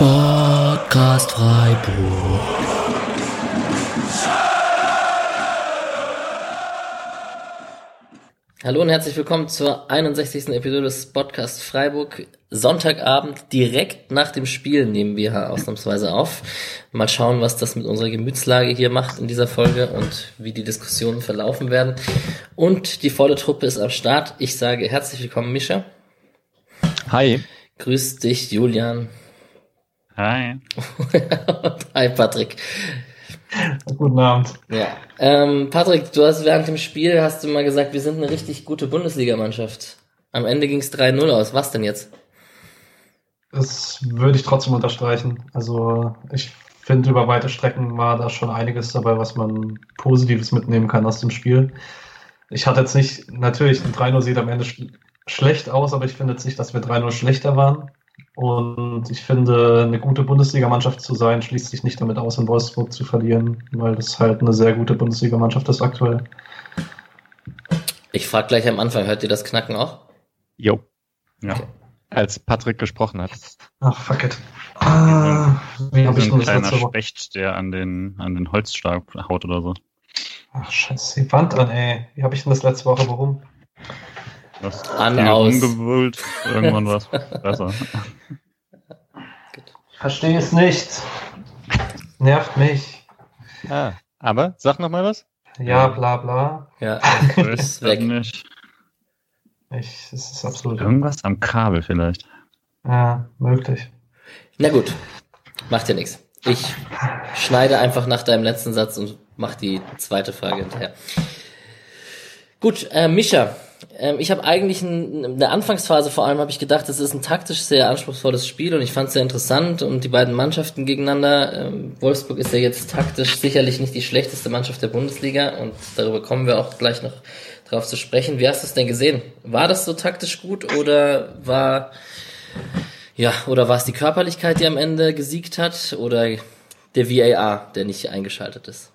Sportcast Freiburg. Hallo und herzlich willkommen zur 61. Episode des Sportcast Freiburg. Sonntagabend, direkt nach dem Spiel nehmen wir ausnahmsweise auf. Mal schauen, was das mit unserer Gemütslage hier macht in dieser Folge und wie die Diskussionen verlaufen werden. Und die volle Truppe ist am Start. Ich sage herzlich willkommen, Mischa. Hi. Grüß dich, Julian. Hi. Und hi, Patrick. Guten Abend. Ja, Patrick, du hast während dem Spiel mal gesagt, wir sind eine richtig gute Bundesligamannschaft. Am Ende ging es 3-0 aus. Was denn jetzt? Das würde ich trotzdem unterstreichen. Also ich finde, über weite Strecken war da schon einiges dabei, was man Positives mitnehmen kann aus dem Spiel. Ich hatte jetzt nicht, natürlich, ein 3-0 sieht am Ende schlecht aus, aber ich finde jetzt nicht, dass wir 3-0 schlechter waren. Und ich finde, eine gute Bundesligamannschaft zu sein, schließt sich nicht damit aus, in Wolfsburg zu verlieren, weil das halt eine sehr gute Bundesligamannschaft ist aktuell. Ich frage gleich am Anfang, hört ihr das Knacken auch? Jo. Ja. Okay. Als Patrick gesprochen hat. Ach, fuck it. Wie habe ich denn Ein das kleiner letzte Woche? Specht, der an den Holzstab haut oder so. Ach, scheiße, die Wand an, ey. Wie habe ich denn das letzte Woche? Warum? Das An, viel aus. Umgewühlt, irgendwann was besser. Ich verstehe es nicht. Nervt mich. Aber sag noch mal was. Ja, bla bla. Ja, Ist weg. nicht. Es ist absolut. Irgendwas am Kabel vielleicht. Ja, möglich. Na gut, macht ja nichts. Ich schneide einfach nach deinem letzten Satz und mach die zweite Frage hinterher. Gut, Mischa, ich habe eigentlich in der Anfangsphase vor allem habe ich gedacht, es ist ein taktisch sehr anspruchsvolles Spiel und ich fand es sehr interessant und die beiden Mannschaften gegeneinander. Wolfsburg ist ja jetzt taktisch sicherlich nicht die schlechteste Mannschaft der Bundesliga und darüber kommen wir auch gleich noch drauf zu sprechen. Wie hast du es denn gesehen? War das so taktisch gut oder war es die Körperlichkeit, die am Ende gesiegt hat oder der VAR, der nicht eingeschaltet ist?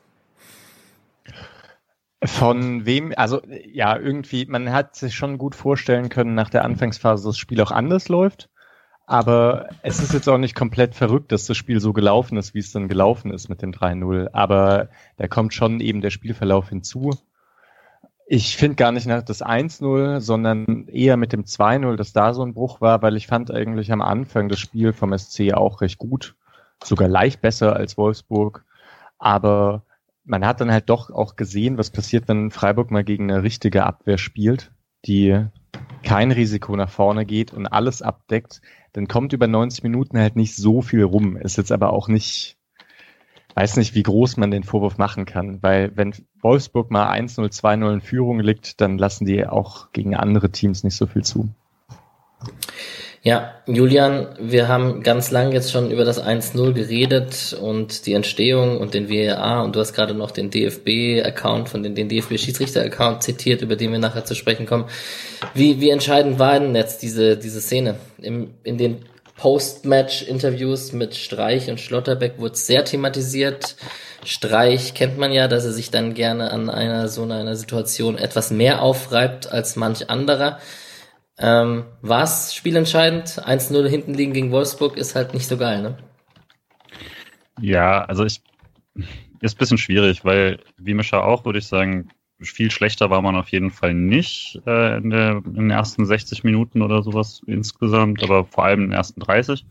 Von wem? Also ja, irgendwie, man hat sich schon gut vorstellen können nach der Anfangsphase, dass das Spiel auch anders läuft. Aber es ist jetzt auch nicht komplett verrückt, dass das Spiel so gelaufen ist, wie es dann gelaufen ist mit dem 3-0. Aber da kommt schon eben der Spielverlauf hinzu. Ich finde gar nicht nach das 1-0, sondern eher mit dem 2-0, dass da so ein Bruch war, weil ich fand eigentlich am Anfang das Spiel vom SC auch recht gut. Sogar leicht besser als Wolfsburg. Aber man hat dann halt doch auch gesehen, was passiert, wenn Freiburg mal gegen eine richtige Abwehr spielt, die kein Risiko nach vorne geht und alles abdeckt. Dann kommt über 90 Minuten halt nicht so viel rum. Ist jetzt aber auch nicht, weiß nicht, wie groß man den Vorwurf machen kann. Weil wenn Wolfsburg mal 1-0, 2-0 in Führung liegt, dann lassen die auch gegen andere Teams nicht so viel zu. Ja, Julian, wir haben ganz lang jetzt schon über das 1-0 geredet und die Entstehung und den VAR und du hast gerade noch den DFB-Account den DFB-Schiedsrichter-Account zitiert, über den wir nachher zu sprechen kommen. Wie entscheidend war denn jetzt diese Szene? In den Post-Match-Interviews mit Streich und Schlotterbeck wurde es sehr thematisiert. Streich kennt man ja, dass er sich dann gerne an einer Situation etwas mehr aufreibt als manch anderer. War es spielentscheidend? 1-0 hinten liegen gegen Wolfsburg ist halt nicht so geil, ne? Ja, also ist ein bisschen schwierig, weil, wie Mischa auch, würde ich sagen, viel schlechter war man auf jeden Fall nicht in den ersten 60 Minuten oder sowas insgesamt, aber vor allem in den ersten 30.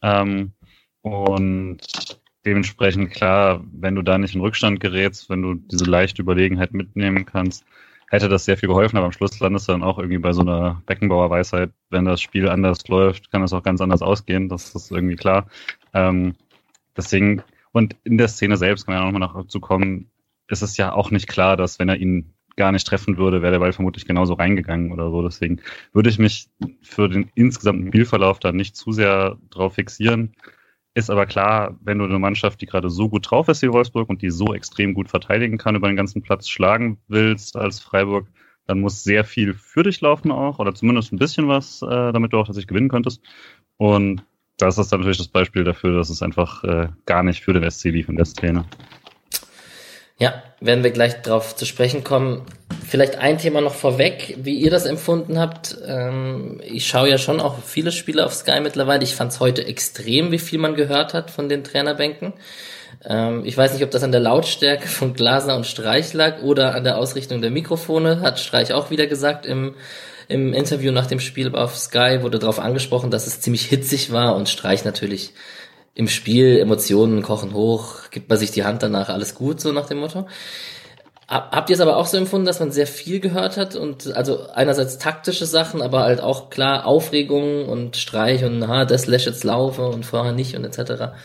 Und dementsprechend klar, wenn du da nicht in Rückstand gerätst, wenn du diese leichte Überlegenheit mitnehmen kannst, hätte das sehr viel geholfen, aber am Schluss landest du dann auch irgendwie bei so einer Beckenbauer-Weisheit, wenn das Spiel anders läuft, kann das auch ganz anders ausgehen, das ist irgendwie klar. Deswegen, und in der Szene selbst, kann man ja nochmal dazu kommen, ist es ja auch nicht klar, dass wenn er ihn gar nicht treffen würde, wäre der Ball vermutlich genauso reingegangen oder so. Deswegen würde ich mich für den insgesamten Spielverlauf da nicht zu sehr drauf fixieren. Ist aber klar, wenn du eine Mannschaft, die gerade so gut drauf ist wie Wolfsburg und die so extrem gut verteidigen kann, über den ganzen Platz schlagen willst als Freiburg, dann muss sehr viel für dich laufen auch oder zumindest ein bisschen was, damit du auch tatsächlich gewinnen könntest. Und das ist dann natürlich das Beispiel dafür, dass es einfach gar nicht für den SC lief in der Szene. Ja, werden wir gleich drauf zu sprechen kommen. Vielleicht ein Thema noch vorweg, wie ihr das empfunden habt. Ich schaue ja schon auch viele Spiele auf Sky mittlerweile. Ich fand es heute extrem, wie viel man gehört hat von den Trainerbänken. Ich weiß nicht, ob das an der Lautstärke von Glasner und Streich lag oder an der Ausrichtung der Mikrofone, hat Streich auch wieder gesagt im Interview nach dem Spiel auf Sky, wurde darauf angesprochen, dass es ziemlich hitzig war und Streich natürlich im Spiel, Emotionen kochen hoch, gibt man sich die Hand danach, alles gut, so nach dem Motto. Habt ihr es aber auch so empfunden, dass man sehr viel gehört hat und also einerseits taktische Sachen, aber halt auch klar Aufregung und Streich und das lässt jetzt laufen und vorher nicht und etc.?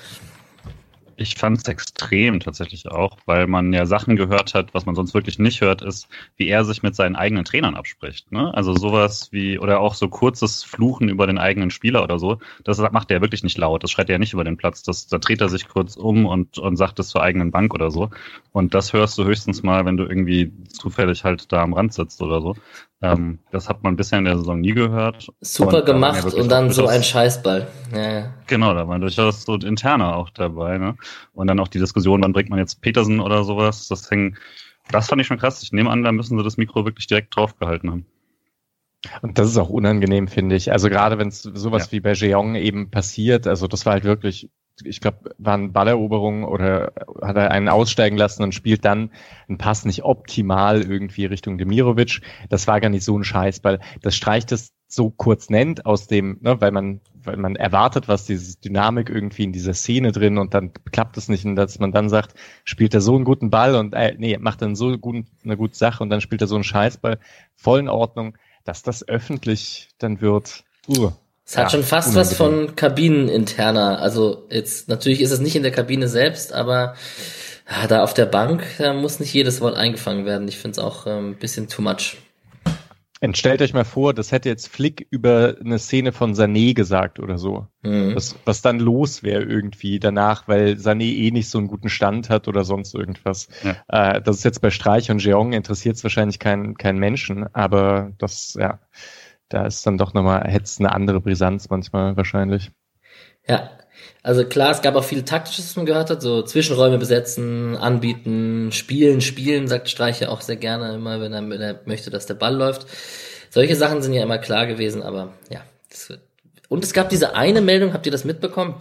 Ich fand es extrem tatsächlich auch, weil man ja Sachen gehört hat, was man sonst wirklich nicht hört, ist, wie er sich mit seinen eigenen Trainern abspricht. Ne? Also sowas wie, oder auch so kurzes Fluchen über den eigenen Spieler oder so, das macht er wirklich nicht laut, das schreit er nicht über den Platz, da dreht er sich kurz um und sagt es zur eigenen Bank oder so. Und das hörst du höchstens mal, wenn du irgendwie zufällig halt da am Rand sitzt oder so. Das hat man bisher in der Saison nie gehört. Super gemacht und dann so ein Scheißball. Ja. Genau, da war durchaus so Interner auch dabei, ne? Und dann auch die Diskussion, wann bringt man jetzt Petersen oder sowas, das fand ich schon krass. Ich nehme an, da müssen sie das Mikro wirklich direkt draufgehalten haben. Und das ist auch unangenehm, finde ich. Also gerade wenn es sowas wie bei Jeong eben passiert, also das war halt wirklich, ich glaube, waren Balleroberungen oder hat er einen aussteigen lassen und spielt dann einen Pass nicht optimal irgendwie Richtung Demirovic. Das war gar nicht so ein Scheißball. Das Streich das so kurz nennt aus dem, ne, weil man erwartet, was diese Dynamik irgendwie in dieser Szene drin und dann klappt es nicht und dass man dann sagt, spielt er so einen guten Ball und macht dann so eine gute Sache und dann spielt er so einen Scheißball. Voll in Ordnung, dass das öffentlich dann wird. Es hat schon fast was von Kabineninterner. Also jetzt, natürlich ist es nicht in der Kabine selbst, aber da auf der Bank, da muss nicht jedes Wort eingefangen werden. Ich finde es auch ein bisschen too much. Und stellt euch mal vor, das hätte jetzt Flick über eine Szene von Sané gesagt oder so. Mhm. Was dann los wäre irgendwie danach, weil Sané nicht so einen guten Stand hat oder sonst irgendwas. Ja. Das ist jetzt bei Streich und Jeong, interessiert es wahrscheinlich keinen Menschen, aber das, da ist dann doch nochmal, hätte es eine andere Brisanz manchmal wahrscheinlich. Ja, also klar, es gab auch viel Taktisches, was man gehört hat, so Zwischenräume besetzen, anbieten, spielen, sagt Streich ja auch sehr gerne immer, wenn er möchte, dass der Ball läuft. Solche Sachen sind ja immer klar gewesen, aber ja. Und es gab diese eine Meldung, habt ihr das mitbekommen,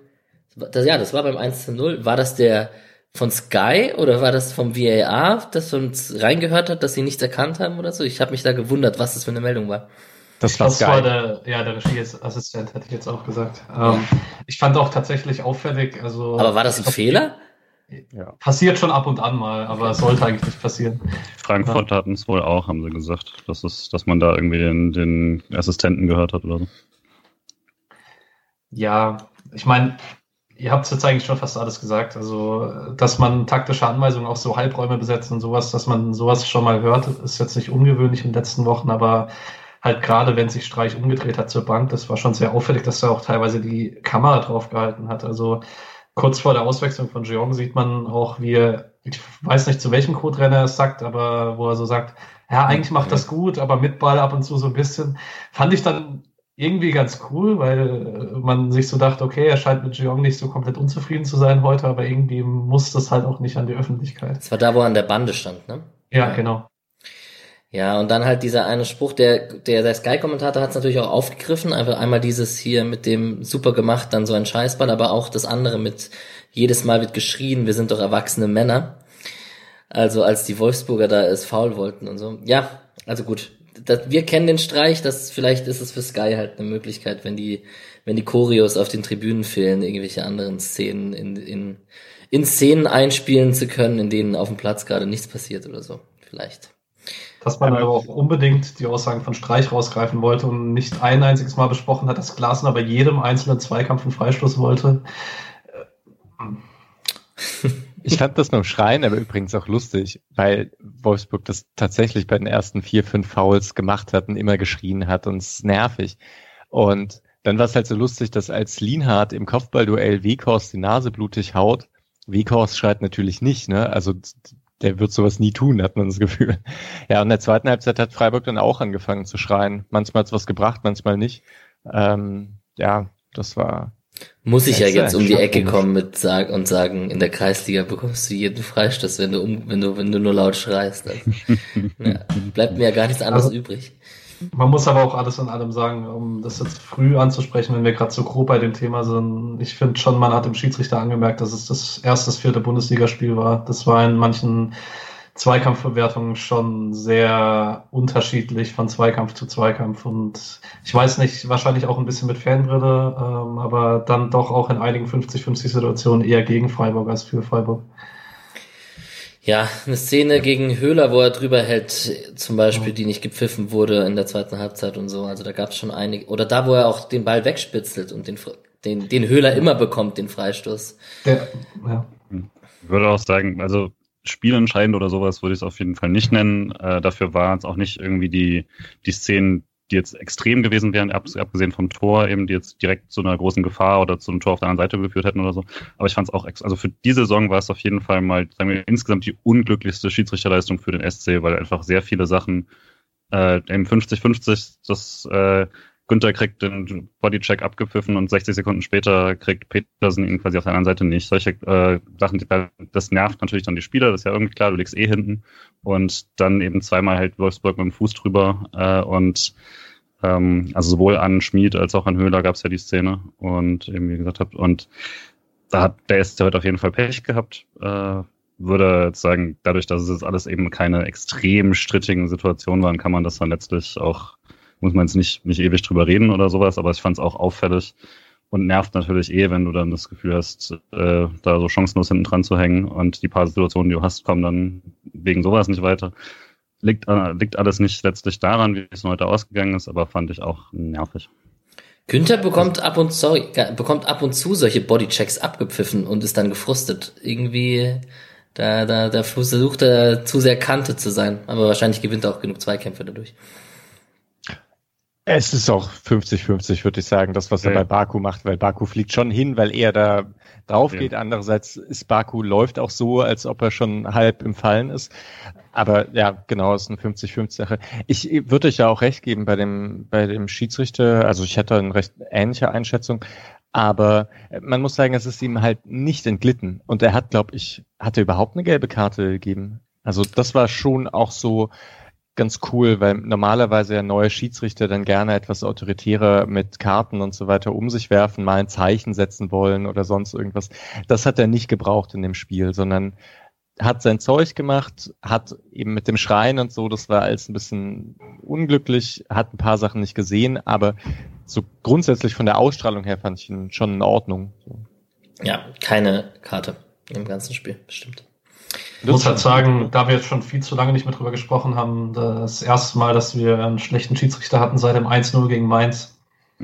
das war beim 1:0, war das der von Sky oder war das vom VAR, das uns reingehört hat, dass sie nichts erkannt haben oder so? Ich habe mich da gewundert, was das für eine Meldung war. Das war der Regieassistent, hätte ich jetzt auch gesagt. Ich fand auch tatsächlich auffällig, also. Aber war das ein Fehler? Ja. Passiert schon ab und an mal, aber es sollte eigentlich nicht passieren. Frankfurt hatten es wohl auch, haben sie gesagt, dass man da irgendwie den Assistenten gehört hat oder so. Ja, ich meine, ihr habt jetzt eigentlich schon fast alles gesagt. Also, dass man taktische Anweisungen auch so Halbräume besetzt und sowas, dass man sowas schon mal hört, ist jetzt nicht ungewöhnlich in den letzten Wochen, aber halt gerade, wenn sich Streich umgedreht hat zur Bank, das war schon sehr auffällig, dass er auch teilweise die Kamera drauf gehalten hat. Also kurz vor der Auswechslung von Jeong sieht man auch, wie er, ich weiß nicht, zu welchem Co-Trainer er es sagt, aber wo er so sagt, ja, eigentlich macht das gut, aber mit Ball ab und zu so ein bisschen. Fand ich dann irgendwie ganz cool, weil man sich so dachte, okay, er scheint mit Jeong nicht so komplett unzufrieden zu sein heute, aber irgendwie muss das halt auch nicht an die Öffentlichkeit. Das war da, wo er an der Bande stand, ne? Ja, genau. Ja, und dann halt dieser eine Spruch, der Sky-Kommentator hat es natürlich auch aufgegriffen, einfach einmal dieses hier mit dem super gemacht, dann so ein Scheißball, aber auch das andere mit jedes Mal wird geschrien, wir sind doch erwachsene Männer. Also als die Wolfsburger da es faul wollten und so. Ja, also gut. Wir kennen den Streich, vielleicht ist es für Sky halt eine Möglichkeit, wenn die Choreos auf den Tribünen fehlen, irgendwelche anderen Szenen in Szenen einspielen zu können, in denen auf dem Platz gerade nichts passiert oder so. Vielleicht. Dass man aber auch unbedingt die Aussagen von Streich rausgreifen wollte und nicht ein einziges Mal besprochen hat, dass Glasner bei jedem einzelnen Zweikampf einen Freistoß wollte. Ich fand das beim Schreien aber übrigens auch lustig, weil Wolfsburg das tatsächlich bei den ersten 4-5 Fouls gemacht hat und immer geschrien hat und es ist nervig. Und dann war es halt so lustig, dass als Lienhardt im Kopfballduell Weghorst die Nase blutig haut, Weghorst schreit natürlich nicht, ne? Also der wird sowas nie tun, hat man das Gefühl. Ja, und in der zweiten Halbzeit hat Freiburg dann auch angefangen zu schreien. Manchmal hat es was gebracht, manchmal nicht. Ja, das war Muss ich ja jetzt um die Ecke komisch. kommen und sagen, in der Kreisliga bekommst du jeden Freistoß, wenn du nur laut schreist. Also, ja, bleibt mir ja gar nichts anderes übrig. Man muss aber auch alles in allem sagen, um das jetzt früh anzusprechen, wenn wir gerade so grob bei dem Thema sind. Ich finde schon, man hat dem Schiedsrichter angemerkt, dass es das vierte Bundesligaspiel war. Das war in manchen Zweikampfbewertungen schon sehr unterschiedlich von Zweikampf zu Zweikampf. Und ich weiß nicht, wahrscheinlich auch ein bisschen mit Fanbrille, aber dann doch auch in einigen 50-50 Situationen eher gegen Freiburg als für Freiburg. Ja, eine Szene gegen Höhler, wo er drüber hält, zum Beispiel, die nicht gepfiffen wurde in der zweiten Halbzeit und so. Also da gab es schon einige. Oder da, wo er auch den Ball wegspitzelt und den Höhler immer bekommt, den Freistoß. Ja. Ich würde auch sagen, also spielentscheidend oder sowas würde ich es auf jeden Fall nicht nennen. Dafür waren es auch nicht irgendwie die Szenen, die jetzt extrem gewesen wären, abgesehen vom Tor eben, die jetzt direkt zu einer großen Gefahr oder zu einem Tor auf der anderen Seite geführt hätten oder so. Aber ich fand es auch, also für diese Saison war es auf jeden Fall mal, sagen wir, insgesamt die unglücklichste Schiedsrichterleistung für den SC, weil einfach sehr viele Sachen, im 50-50, das Günther kriegt den Bodycheck abgepfiffen und 60 Sekunden später kriegt Petersen ihn quasi auf der anderen Seite nicht. Solche Sachen, das nervt natürlich dann die Spieler, das ist ja irgendwie klar, du liegst hinten und dann eben zweimal halt Wolfsburg mit dem Fuß drüber und also sowohl an Schmid als auch an Höhler gab es ja die Szene und eben wie gesagt und da hat der SC heute auf jeden Fall Pech gehabt. Würde jetzt sagen, dadurch, dass es jetzt alles eben keine extrem strittigen Situationen waren, kann man das dann letztlich auch, muss man jetzt nicht ewig drüber reden oder sowas, aber ich fand es auch auffällig und nervt natürlich wenn du dann das Gefühl hast, da so chancenlos hinten dran zu hängen und die paar Situationen, die du hast, kommen dann wegen sowas nicht weiter. Liegt alles nicht letztlich daran, wie es heute ausgegangen ist, aber fand ich auch nervig. Günther bekommt ab und zu solche Bodychecks abgepfiffen und ist dann gefrustet. Irgendwie, da versucht er zu sehr Kante zu sein, aber wahrscheinlich gewinnt er auch genug Zweikämpfe dadurch. Es ist auch 50-50, würde ich sagen, das, was er bei Baku macht, weil Baku fliegt schon hin, weil er da drauf geht. Andererseits ist Baku läuft auch so, als ob er schon halb im Fallen ist. Aber ja, genau, es ist eine 50-50-Sache. Ich würde euch ja auch recht geben bei dem Schiedsrichter. Also ich hatte eine recht ähnliche Einschätzung. Aber man muss sagen, es ist ihm halt nicht entglitten. Und er hat, glaube ich, hat er überhaupt eine gelbe Karte gegeben? Also das war schon auch so ganz cool, weil normalerweise ja neue Schiedsrichter dann gerne etwas autoritärer mit Karten und so weiter um sich werfen, mal ein Zeichen setzen wollen oder sonst irgendwas. Das hat er nicht gebraucht in dem Spiel, sondern hat sein Zeug gemacht, hat eben mit dem Schreien und so, das war alles ein bisschen unglücklich, hat ein paar Sachen nicht gesehen, aber so grundsätzlich von der Ausstrahlung her fand ich ihn schon in Ordnung. So. Ja, keine Karte im ganzen Spiel, bestimmt. Ich muss halt sagen, da wir jetzt schon viel zu lange nicht mehr drüber gesprochen haben, das erste Mal, dass wir einen schlechten Schiedsrichter hatten seit dem 1-0 gegen Mainz.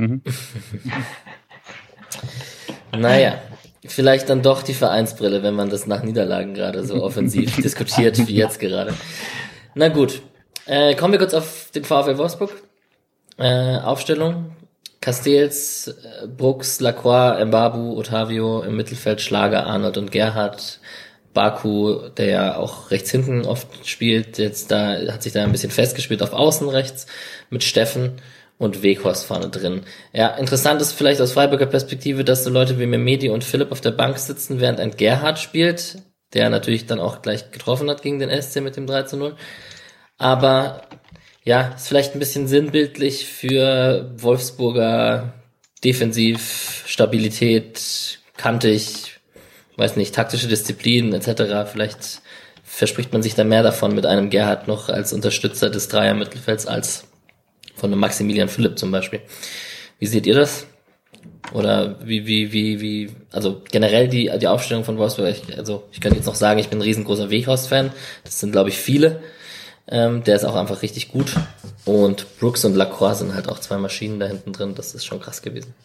Naja, vielleicht dann doch die Vereinsbrille, wenn man das nach Niederlagen gerade so offensiv diskutiert wie jetzt gerade. Na gut, kommen wir kurz auf den VfL Wolfsburg. Aufstellung: Castells, Brooks, Lacroix, Mbabu, Otavio, im Mittelfeld Schlager, Arnold und Gerhardt. Baku, der ja auch rechts hinten oft spielt, jetzt hat sich da ein bisschen festgespielt auf Außen rechts mit Steffen und Weghorst vorne drin. Ja, interessant ist vielleicht aus Freiburger Perspektive, dass so Leute wie Mehmedi und Philipp auf der Bank sitzen, während ein Gerhardt spielt, der natürlich dann auch gleich getroffen hat gegen den SC mit dem 3-0. Aber ja, ist vielleicht ein bisschen sinnbildlich für Wolfsburger Defensivstabilität, kantig, weiß nicht, taktische Disziplin etc. Vielleicht verspricht man sich da mehr davon mit einem Gerhardt noch als Unterstützer des Dreier-Mittelfelds als von einem Maximilian Philipp zum Beispiel. Wie seht ihr das? Oder wie, also generell die Aufstellung von Wolfsburg, ich könnte jetzt noch sagen, ich bin ein riesengroßer Weghorst-Fan. Das sind, glaube ich, viele. Der ist auch einfach richtig gut. Und Brooks und Lacroix sind halt auch zwei Maschinen da hinten drin. Das ist schon krass gewesen.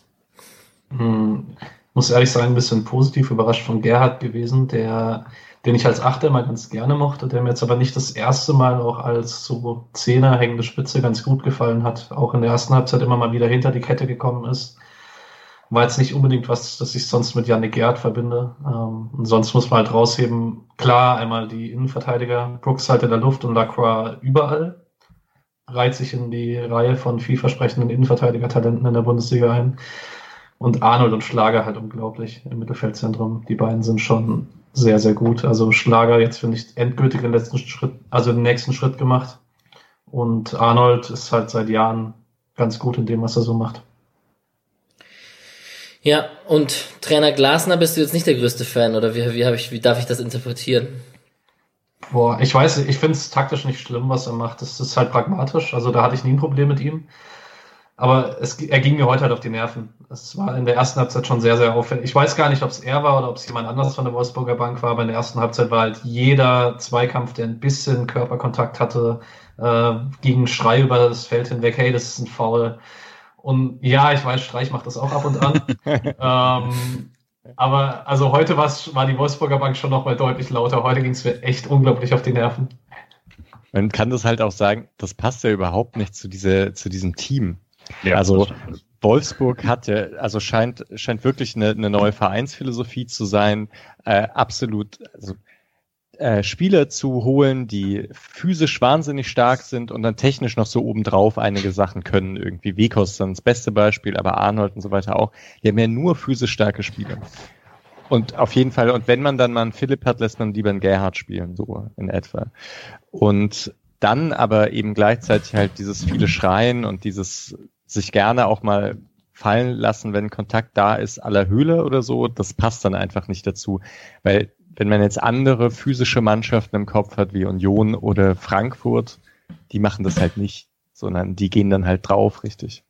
Muss ehrlich sagen, ein bisschen positiv überrascht von Gerhardt gewesen, den ich als Achter mal ganz gerne mochte, der mir jetzt aber nicht das erste Mal auch als so Zehner hängende Spitze ganz gut gefallen hat. Auch in der ersten Halbzeit immer mal wieder hinter die Kette gekommen ist. War jetzt nicht unbedingt was, das ich sonst mit Yannick Gerhardt verbinde. Und sonst muss man halt rausheben, klar, einmal die Innenverteidiger, Brooks halt in der Luft und Lacroix überall. Reiht sich in die Reihe von vielversprechenden Innenverteidiger-Talenten in der Bundesliga ein. Und Arnold und Schlager halt unglaublich im Mittelfeldzentrum. Die beiden sind schon sehr, sehr gut. Also Schlager jetzt, finde ich, endgültig den nächsten Schritt gemacht. Und Arnold ist halt seit Jahren ganz gut in dem, was er so macht. Ja, und Trainer Glasner bist du jetzt nicht der größte Fan, oder wie darf ich das interpretieren? Boah, ich weiß, ich finde es taktisch nicht schlimm, was er macht. Das ist halt pragmatisch. Also da hatte ich nie ein Problem mit ihm. Aber er ging mir heute halt auf die Nerven. Es war in der ersten Halbzeit schon sehr, sehr auffällig. Ich weiß gar nicht, ob es er war oder ob es jemand anderes von der Wolfsburger Bank war, aber in der ersten Halbzeit war halt jeder Zweikampf, der ein bisschen Körperkontakt hatte, gegen Schrei über das Feld hinweg, hey, das ist ein Foul. Und ja, ich weiß, Streich macht das auch ab und an. Aber also heute war die Wolfsburger Bank schon nochmal deutlich lauter. Heute ging es mir echt unglaublich auf die Nerven. Man kann das halt auch sagen, das passt ja überhaupt nicht zu diesem Team. Ja, also Wolfsburg scheint wirklich eine neue Vereinsphilosophie zu sein, absolut, also Spieler zu holen, die physisch wahnsinnig stark sind und dann technisch noch so obendrauf einige Sachen können. Irgendwie Wekos dann das beste Beispiel, aber Arnold und so weiter auch. Die haben ja nur physisch starke Spieler. Und auf jeden Fall, und wenn man dann mal einen Philipp hat, lässt man lieber einen Gerhard spielen, so in etwa. Und dann aber eben gleichzeitig halt dieses viele Schreien und dieses sich gerne auch mal fallen lassen, wenn Kontakt da ist, à la Höhle oder so, das passt dann einfach nicht dazu. Weil wenn man jetzt andere physische Mannschaften im Kopf hat, wie Union oder Frankfurt, die machen das halt nicht, sondern die gehen dann halt drauf, richtig.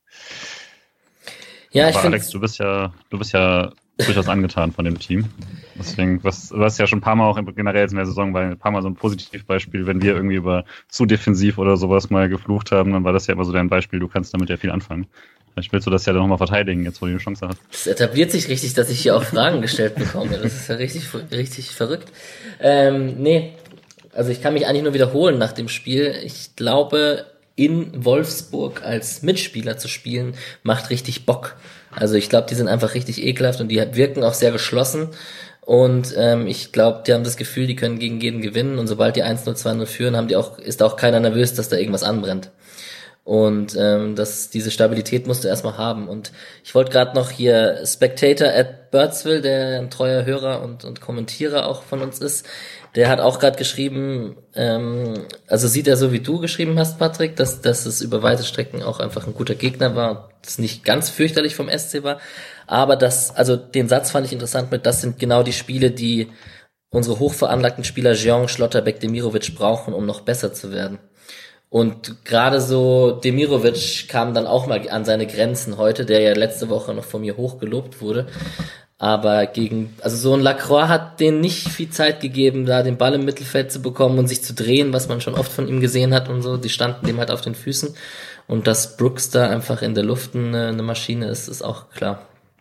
Ja, ich finde, Alex, du bist ja durchaus angetan von dem Team. Deswegen, du hast ja schon ein paar Mal auch generell in der Saison, weil ein paar Mal so ein Positivbeispiel, wenn wir irgendwie über zu defensiv oder sowas mal geflucht haben, dann war das ja immer so dein Beispiel, du kannst damit ja viel anfangen. Vielleicht willst du das ja dann nochmal verteidigen, jetzt wo du die Chance hast. Es etabliert sich richtig, dass ich hier auch Fragen gestellt bekomme. Das ist ja richtig verrückt. Nee, also ich kann mich eigentlich nur wiederholen nach dem Spiel. Ich glaube, in Wolfsburg als Mitspieler zu spielen, macht richtig Bock. Also ich glaube, die sind einfach richtig ekelhaft und die wirken auch sehr geschlossen. Und ich glaube, die haben das Gefühl, die können gegen jeden gewinnen. Und sobald die 1-0, 2-0 führen, ist auch keiner nervös, dass da irgendwas anbrennt. Und diese Stabilität musst du erstmal haben. Und ich wollte gerade noch hier Spectator at Birdsville, der ein treuer Hörer und Kommentierer auch von uns ist, der hat auch gerade geschrieben, also sieht er so, wie du geschrieben hast, Patrick, dass es über weite Strecken auch einfach ein guter Gegner war und es nicht ganz fürchterlich vom SC war. Aber also den Satz fand ich interessant das sind genau die Spiele, die unsere hochveranlagten Spieler Jeong, Schlotterbeck, Demirovic brauchen, um noch besser zu werden. Und gerade so Demirovic kam dann auch mal an seine Grenzen heute, der ja letzte Woche noch von mir hochgelobt wurde. Aber so ein Lacroix hat denen nicht viel Zeit gegeben, da den Ball im Mittelfeld zu bekommen und sich zu drehen, was man schon oft von ihm gesehen hat und so. Die standen dem halt auf den Füßen. Und dass Brooks da einfach in der Luft eine Maschine ist auch klar.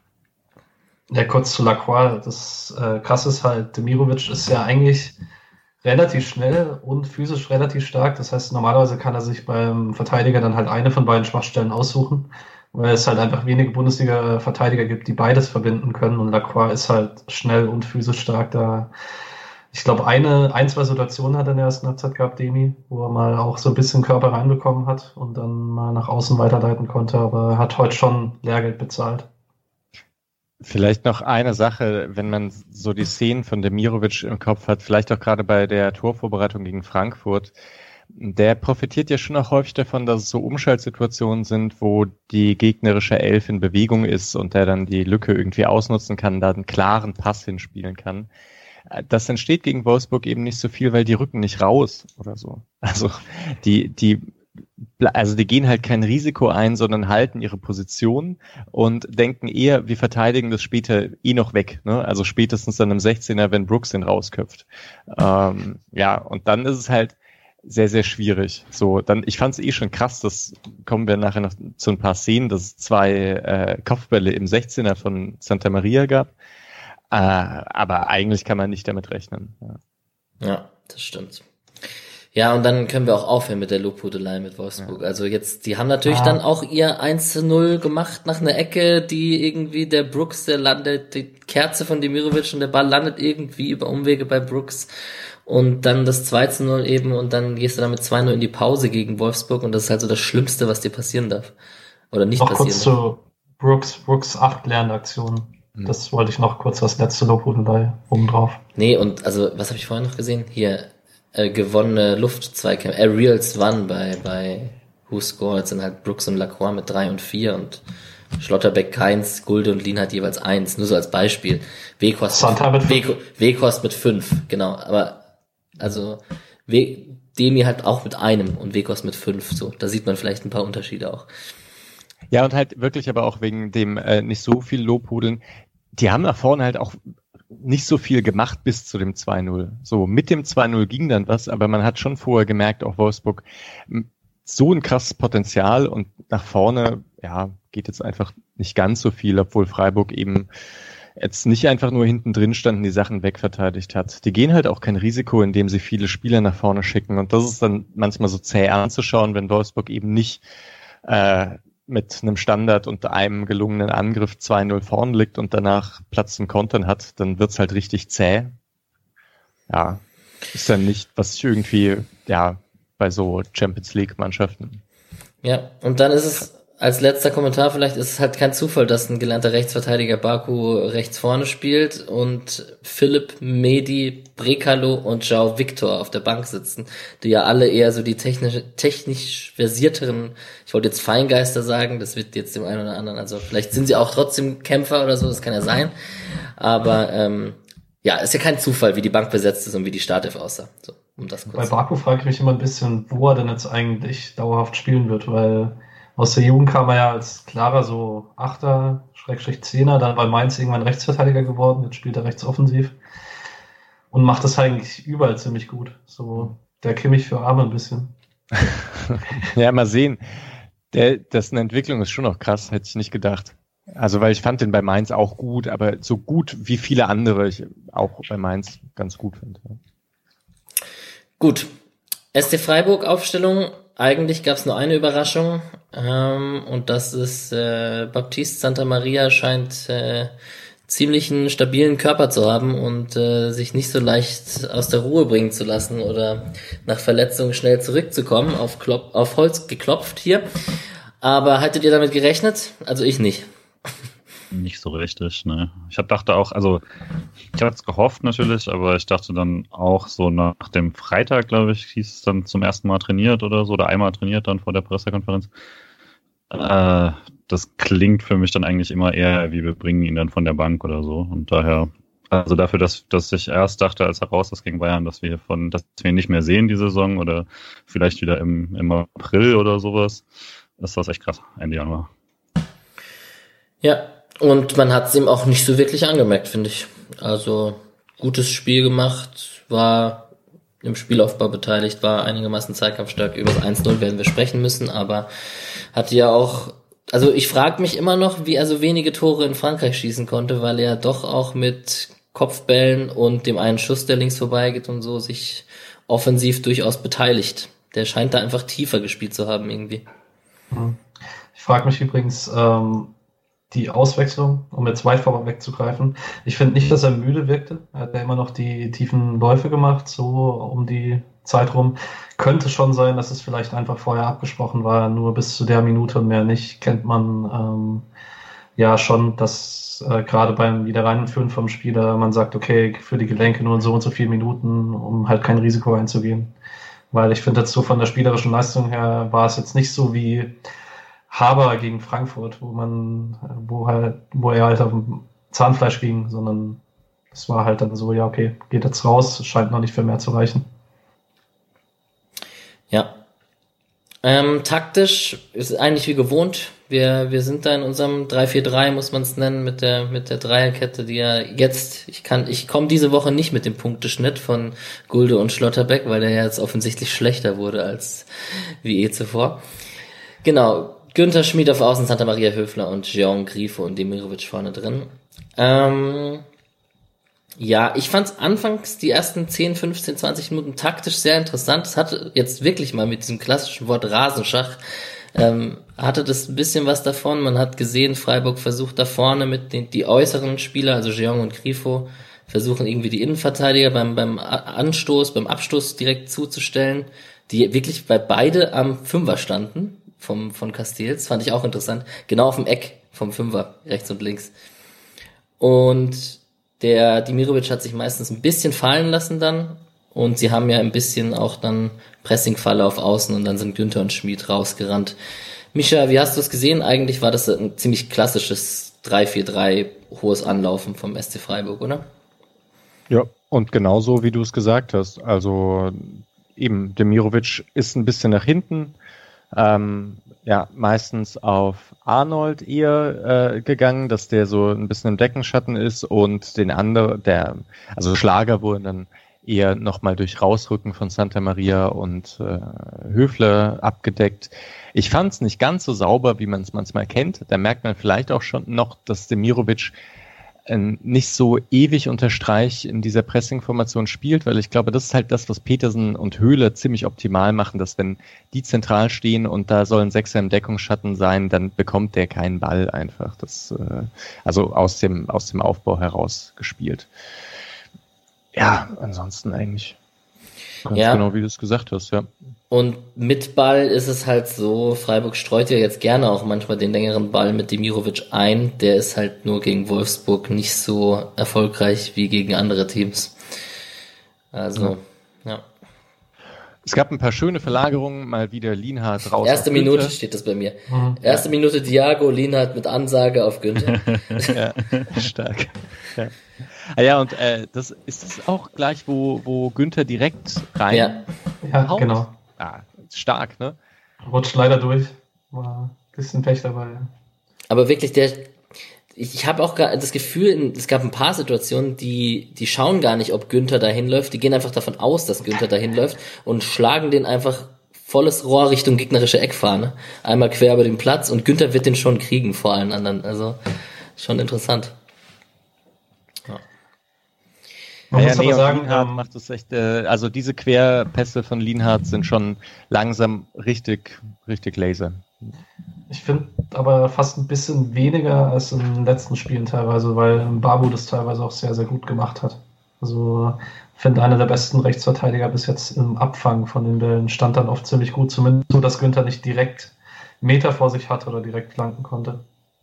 Ja, kurz zu Lacroix. Das Krasse ist halt, Demirovic ist ja eigentlich relativ schnell und physisch relativ stark. Das heißt, normalerweise kann er sich beim Verteidiger dann halt eine von beiden Schwachstellen aussuchen, weil es halt einfach wenige Bundesliga-Verteidiger gibt, die beides verbinden können. Und Lacroix ist halt schnell und physisch stark. Da, ich glaube, zwei Situationen hat er in der ersten Halbzeit gehabt, Demi, wo er mal auch so ein bisschen Körper reinbekommen hat und dann mal nach außen weiterleiten konnte. Aber er hat heute schon Lehrgeld bezahlt. Vielleicht noch eine Sache, wenn man so die Szenen von Demirovic im Kopf hat, vielleicht auch gerade bei der Torvorbereitung gegen Frankfurt, der profitiert ja schon auch häufig davon, dass es so Umschaltsituationen sind, wo die gegnerische Elf in Bewegung ist und der dann die Lücke irgendwie ausnutzen kann, da einen klaren Pass hinspielen kann. Das entsteht gegen Wolfsburg eben nicht so viel, weil die rücken nicht raus oder so. Also die gehen halt kein Risiko ein, sondern halten ihre Position und denken eher, wir verteidigen das später noch weg. Ne? Also spätestens dann im 16er, wenn Brooks den rausköpft. Und dann ist es halt sehr, sehr schwierig. Ich fand es schon krass, das kommen wir nachher noch zu ein paar Szenen, dass es 2 Kopfbälle im 16er von Santa Maria gab. Aber eigentlich kann man nicht damit rechnen. Ja, das stimmt. Ja, und dann können wir auch aufhören mit der Lobhudelei mit Wolfsburg. Ja. Also jetzt, die haben natürlich dann auch ihr 1-0 gemacht nach einer Ecke, die irgendwie der Brooks, der landet, die Kerze von Demirovic und der Ball landet irgendwie über Umwege bei Brooks. Und dann das 2-0 eben und dann gehst du dann mit 2-0 in die Pause gegen Wolfsburg und das ist halt so das Schlimmste, was dir passieren darf. Oder nicht noch passieren kurz zu Brooks 8 Lernaktionen. Das wollte ich noch kurz als letzte Lobhudelei obendrauf. Nee, und also, was habe ich vorhin noch gesehen? Hier, gewonnene Luftzweikämpfe. Aerials won bei Who Scored sind halt Brooks und Lacroix mit 3 und 4 und Schlotterbeck keins, Gulde und Lien hat jeweils 1, nur so als Beispiel. Weghorst mit 5, genau, aber also Demi halt auch mit einem und Weghorst mit 5, so, da sieht man vielleicht ein paar Unterschiede auch. Ja, und halt wirklich aber auch wegen dem nicht so viel Lobhudeln, die haben nach vorne halt auch nicht so viel gemacht bis zu dem 2-0. So, mit dem 2-0 ging dann was, aber man hat schon vorher gemerkt, auch Wolfsburg, so ein krasses Potenzial und nach vorne, ja, geht jetzt einfach nicht ganz so viel, obwohl Freiburg eben jetzt nicht einfach nur hinten drin stand und die Sachen wegverteidigt hat. Die gehen halt auch kein Risiko, indem sie viele Spieler nach vorne schicken und das ist dann manchmal so zäh anzuschauen, wenn Wolfsburg eben nicht mit einem Standard und einem gelungenen Angriff 2-0 vorn liegt und danach Platz zum Kontern hat, dann wird's halt richtig zäh. Ja, ist dann nicht, was ich irgendwie, ja, bei so Champions League Mannschaften. Ja, und dann ist es, als letzter Kommentar vielleicht, ist es halt kein Zufall, dass ein gelernter Rechtsverteidiger Baku rechts vorne spielt und Philipp, Mehdi, Brekalo und João Victor auf der Bank sitzen, die ja alle eher so die technisch versierteren, ich wollte jetzt Feingeister sagen, das wird jetzt dem einen oder anderen, also vielleicht sind sie auch trotzdem Kämpfer oder so, das kann ja sein, aber ja, ist ja kein Zufall, wie die Bank besetzt ist und wie die Startelf aussah. So, um das kurz. Bei Baku frage ich mich immer ein bisschen, wo er denn jetzt eigentlich dauerhaft spielen wird, weil aus der Jugend kam er ja als klarer so 8er, /10er, dann bei Mainz irgendwann Rechtsverteidiger geworden, jetzt spielt er rechtsoffensiv und macht das eigentlich überall ziemlich gut. So der Kimmich für Arme ein bisschen. Ja, mal sehen. Dessen Entwicklung ist schon noch krass, hätte ich nicht gedacht. Also, weil ich fand den bei Mainz auch gut, aber so gut wie viele andere ich auch bei Mainz ganz gut finde. Gut. SC Freiburg Aufstellung. Eigentlich gab es nur eine Überraschung und das ist Baptiste Santa Maria scheint ziemlich einen stabilen Körper zu haben und sich nicht so leicht aus der Ruhe bringen zu lassen oder nach Verletzung schnell zurückzukommen, auf Holz geklopft hier. Aber hattet ihr damit gerechnet? Also ich nicht. Nicht so richtig, ne. Ich dachte auch, also ich hatte es gehofft natürlich, aber ich dachte dann auch so nach dem Freitag, glaube ich, hieß es dann zum ersten Mal trainiert oder so, oder einmal trainiert dann vor der Pressekonferenz. Das klingt für mich dann eigentlich immer eher, wie wir bringen ihn dann von der Bank oder so. Und daher, also dafür, dass ich erst dachte, als er raus ist gegen Bayern, dass wir ihn nicht mehr sehen die Saison oder vielleicht wieder im April oder sowas, ist das echt krass, Ende Januar. Ja. Und man hat es ihm auch nicht so wirklich angemerkt, finde ich. Also gutes Spiel gemacht, war im Spielaufbau beteiligt, war einigermaßen zweikampfstark. Über das 1-0 werden wir sprechen müssen, aber hatte ja auch, also ich frage mich immer noch, wie er so wenige Tore in Frankreich schießen konnte, weil er doch auch mit Kopfbällen und dem einen Schuss, der links vorbeigeht und so, sich offensiv durchaus beteiligt. Der scheint da einfach tiefer gespielt zu haben irgendwie. Ich frage mich übrigens, die Auswechslung, um jetzt weit vorne wegzugreifen. Ich finde nicht, dass er müde wirkte. Er hat ja immer noch die tiefen Läufe gemacht, so um die Zeit rum. Könnte schon sein, dass es vielleicht einfach vorher abgesprochen war, nur bis zu der Minute und mehr nicht. Kennt man ja schon, dass gerade beim Wiederreinführen vom Spieler man sagt, okay, für die Gelenke nur so und so viele Minuten, um halt kein Risiko einzugehen. Weil ich finde jetzt so von der spielerischen Leistung her war es jetzt nicht so wie Haber gegen Frankfurt, wo er halt auf dem Zahnfleisch ging, sondern es war halt dann so, ja, okay, geht jetzt raus, scheint noch nicht für mehr zu reichen. Ja. Taktisch ist eigentlich wie gewohnt. Wir sind da in unserem 3-4-3, muss man es nennen, mit der Dreierkette, die ja jetzt, ich komme diese Woche nicht mit dem Punkteschnitt von Gulde und Schlotterbeck, weil der ja jetzt offensichtlich schlechter wurde als wie zuvor. Genau. Günther Schmid auf Außen, Santa Maria Höfler und Jean Grifo und Demirovic vorne drin. Ja, ich fand's anfangs die ersten 10, 15, 20 Minuten taktisch sehr interessant. Es hatte jetzt wirklich mal mit diesem klassischen Wort Rasenschach, hatte das ein bisschen was davon. Man hat gesehen, Freiburg versucht da vorne mit die äußeren Spieler, also Jean und Grifo, versuchen irgendwie die Innenverteidiger beim Abstoß direkt zuzustellen, die wirklich bei beide am Fünfer standen. Von Castells, fand ich auch interessant, genau auf dem Eck vom Fünfer, rechts und links. Und der Demirovic hat sich meistens ein bisschen fallen lassen dann. Und sie haben ja ein bisschen auch dann Pressingfalle auf Außen und dann sind Günther und Schmid rausgerannt. Mischa, wie hast du es gesehen? Eigentlich war das ein ziemlich klassisches 3-4-3 hohes Anlaufen vom SC Freiburg, oder? Ja, und genauso wie du es gesagt hast. Also eben, Demirovic ist ein bisschen nach hinten, meistens auf Arnold eher gegangen, dass der so ein bisschen im Deckenschatten ist und den anderen, also Schlager wurde dann eher nochmal durch Rausrücken von Santa Maria und Höfler abgedeckt. Ich fand es nicht ganz so sauber, wie man es manchmal kennt. Da merkt man vielleicht auch schon noch, dass Demirovic nicht so ewig unter Streich in dieser Pressing-Formation spielt, weil ich glaube, das ist halt das, was Petersen und Höhler ziemlich optimal machen, dass wenn die zentral stehen und da sollen Sechser im Deckungsschatten sein, dann bekommt der keinen Ball einfach. Das, also aus dem Aufbau heraus gespielt. Ja, ansonsten eigentlich ganz genau, wie du es gesagt hast, ja. Und mit Ball ist es halt so, Freiburg streut ja jetzt gerne auch manchmal den längeren Ball mit Demirovic ein. Der ist halt nur gegen Wolfsburg nicht so erfolgreich wie gegen andere Teams. Also, ja. Es gab ein paar schöne Verlagerungen, mal wieder Lienhardt raus. Erste Minute steht das bei mir. Erste Minute Thiago, Lienhardt mit Ansage auf Günther. Ja, stark. Ja. Ja, und das ist es auch gleich, wo Günther direkt rein. Ja, genau. Ah, stark, ne? Rutscht leider durch. War ein bisschen Pech dabei. Aber wirklich, ich habe auch das Gefühl, es gab ein paar Situationen, die schauen gar nicht, ob Günther dahin läuft. Die gehen einfach davon aus, dass Günther dahin läuft und schlagen den einfach volles Rohr Richtung gegnerische Eckfahne. Einmal quer über den Platz und Günther wird den schon kriegen vor allen anderen. Also schon interessant. Man muss aber sagen, Lienhardt macht es echt, also diese Querpässe von Lienhardt sind schon langsam richtig Laser. Ich finde aber fast ein bisschen weniger als in den letzten Spielen teilweise, weil Babu das teilweise auch sehr, sehr gut gemacht hat. Also ich finde, einer der besten Rechtsverteidiger bis jetzt im Abfangen von den Bällen stand dann oft ziemlich gut, zumindest so, dass Günther nicht direkt Meter vor sich hatte oder direkt flanken konnte.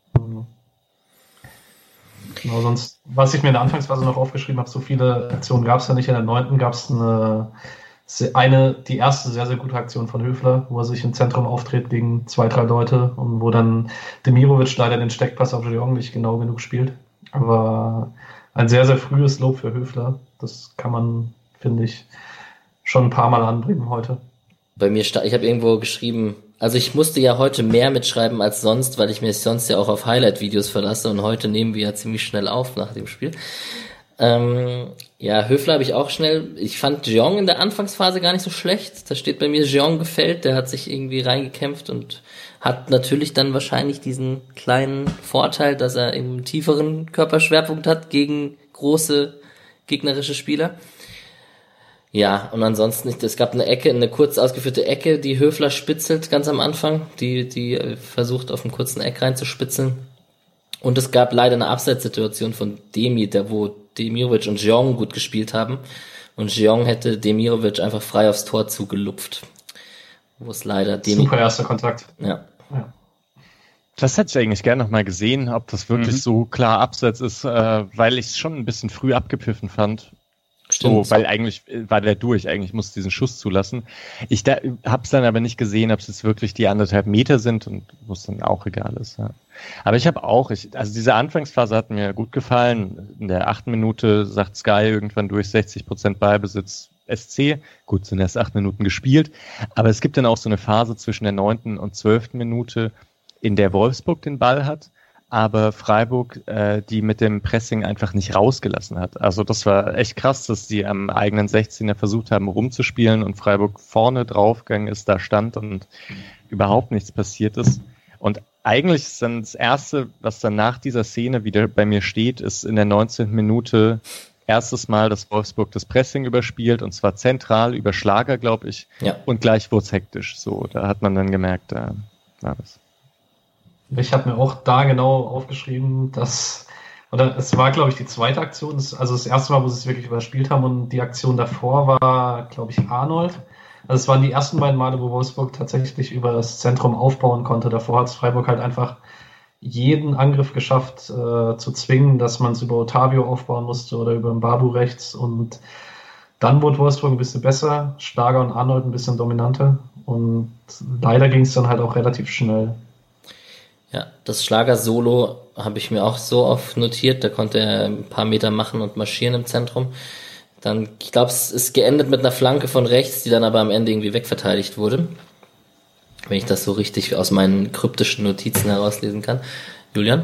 Genau, sonst, was ich mir in der Anfangsphase noch aufgeschrieben habe, so viele Aktionen gab es ja nicht. In der 9. gab es die erste sehr, sehr gute Aktion von Höfler, wo er sich im Zentrum auftritt gegen 2-3 Leute und wo dann Demirovic leider den Steckpass auf Jeong nicht genau genug spielt. Aber ein sehr, sehr frühes Lob für Höfler. Das kann man, finde ich, schon ein paar Mal anbringen heute. Bei mir ich habe irgendwo geschrieben, also ich musste ja heute mehr mitschreiben als sonst, weil ich mich sonst ja auch auf Highlight-Videos verlasse und heute nehmen wir ja ziemlich schnell auf nach dem Spiel. Höfler habe ich auch schnell, ich fand Jeong in der Anfangsphase gar nicht so schlecht, da steht bei mir Jeong gefällt, der hat sich irgendwie reingekämpft und hat natürlich dann wahrscheinlich diesen kleinen Vorteil, dass er einen tieferen Körperschwerpunkt hat gegen große gegnerische Spieler. Ja, und ansonsten, es gab eine kurz ausgeführte Ecke, die Höfler spitzelt ganz am Anfang, die versucht auf einen kurzen Eck reinzuspitzeln. Und es gab leider eine Abseitssituation von wo Demirovic und Jeong gut gespielt haben. Und Jeong hätte Demirovic einfach frei aufs Tor zugelupft. Wo es leider super erster Kontakt. Ja. Das hätte ich eigentlich gerne nochmal gesehen, ob das wirklich so klar Abseits ist, weil ich es schon ein bisschen früh abgepfiffen fand. Stimmt. So, weil eigentlich war der durch, eigentlich musste diesen Schuss zulassen. Ich habe es dann aber nicht gesehen, ob es jetzt wirklich die 1,5 Meter sind und wo es dann auch egal ist. Ja. Aber ich habe also diese Anfangsphase hat mir gut gefallen. In der 8. Minute sagt Sky irgendwann durch 60% Ballbesitz SC. Gut, sind erst 8 Minuten gespielt. Aber es gibt dann auch so eine Phase zwischen der 9. und 12. Minute, in der Wolfsburg den Ball hat, aber Freiburg die mit dem Pressing einfach nicht rausgelassen hat. Also das war echt krass, dass die am eigenen 16er versucht haben rumzuspielen und Freiburg vorne draufgegangen ist, da stand und überhaupt nichts passiert ist. Und eigentlich ist dann das Erste, was dann nach dieser Szene wieder bei mir steht, ist in der 19. Minute erstes Mal, dass Wolfsburg das Pressing überspielt und zwar zentral über Schlager, glaube ich. Ja. Und gleich wurde es hektisch. So, da hat man dann gemerkt, da war das. Ich habe mir auch da genau aufgeschrieben, es war, glaube ich, die zweite Aktion, also das erste Mal, wo sie es wirklich überspielt haben und die Aktion davor war, glaube ich, Arnold. Also es waren die ersten beiden Male, wo Wolfsburg tatsächlich über das Zentrum aufbauen konnte. Davor hat es Freiburg halt einfach jeden Angriff geschafft zu zwingen, dass man es über Otavio aufbauen musste oder über Mbabu rechts. Und dann wurde Wolfsburg ein bisschen besser, Schlager und Arnold ein bisschen dominanter. Und leider ging es dann halt auch relativ schnell. Ja, das Schlager-Solo habe ich mir auch so oft notiert. Da konnte er ein paar Meter machen und marschieren im Zentrum. Dann, ich glaube, es ist geendet mit einer Flanke von rechts, die dann aber am Ende irgendwie wegverteidigt wurde. Wenn ich das so richtig aus meinen kryptischen Notizen herauslesen kann. Julian?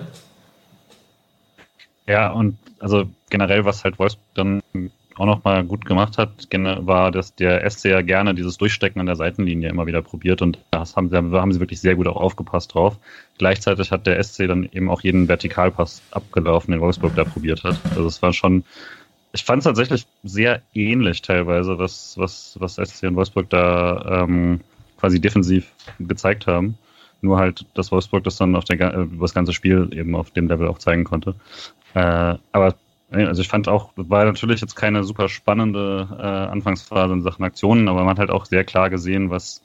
Ja, und also generell, was halt Wolfsburg dann auch nochmal gut gemacht hat, war, dass der SC ja gerne dieses Durchstecken an der Seitenlinie immer wieder probiert und da haben sie wirklich sehr gut auch aufgepasst drauf. Gleichzeitig hat der SC dann eben auch jeden Vertikalpass abgelaufen, den Wolfsburg da probiert hat. Also es war schon, ich fand es tatsächlich sehr ähnlich teilweise, was SC und Wolfsburg da quasi defensiv gezeigt haben. Nur halt, dass Wolfsburg das dann über das ganze Spiel eben auf dem Level auch zeigen konnte. Aber also ich fand auch, war natürlich jetzt keine super spannende Anfangsphase in Sachen Aktionen, aber man hat halt auch sehr klar gesehen, dass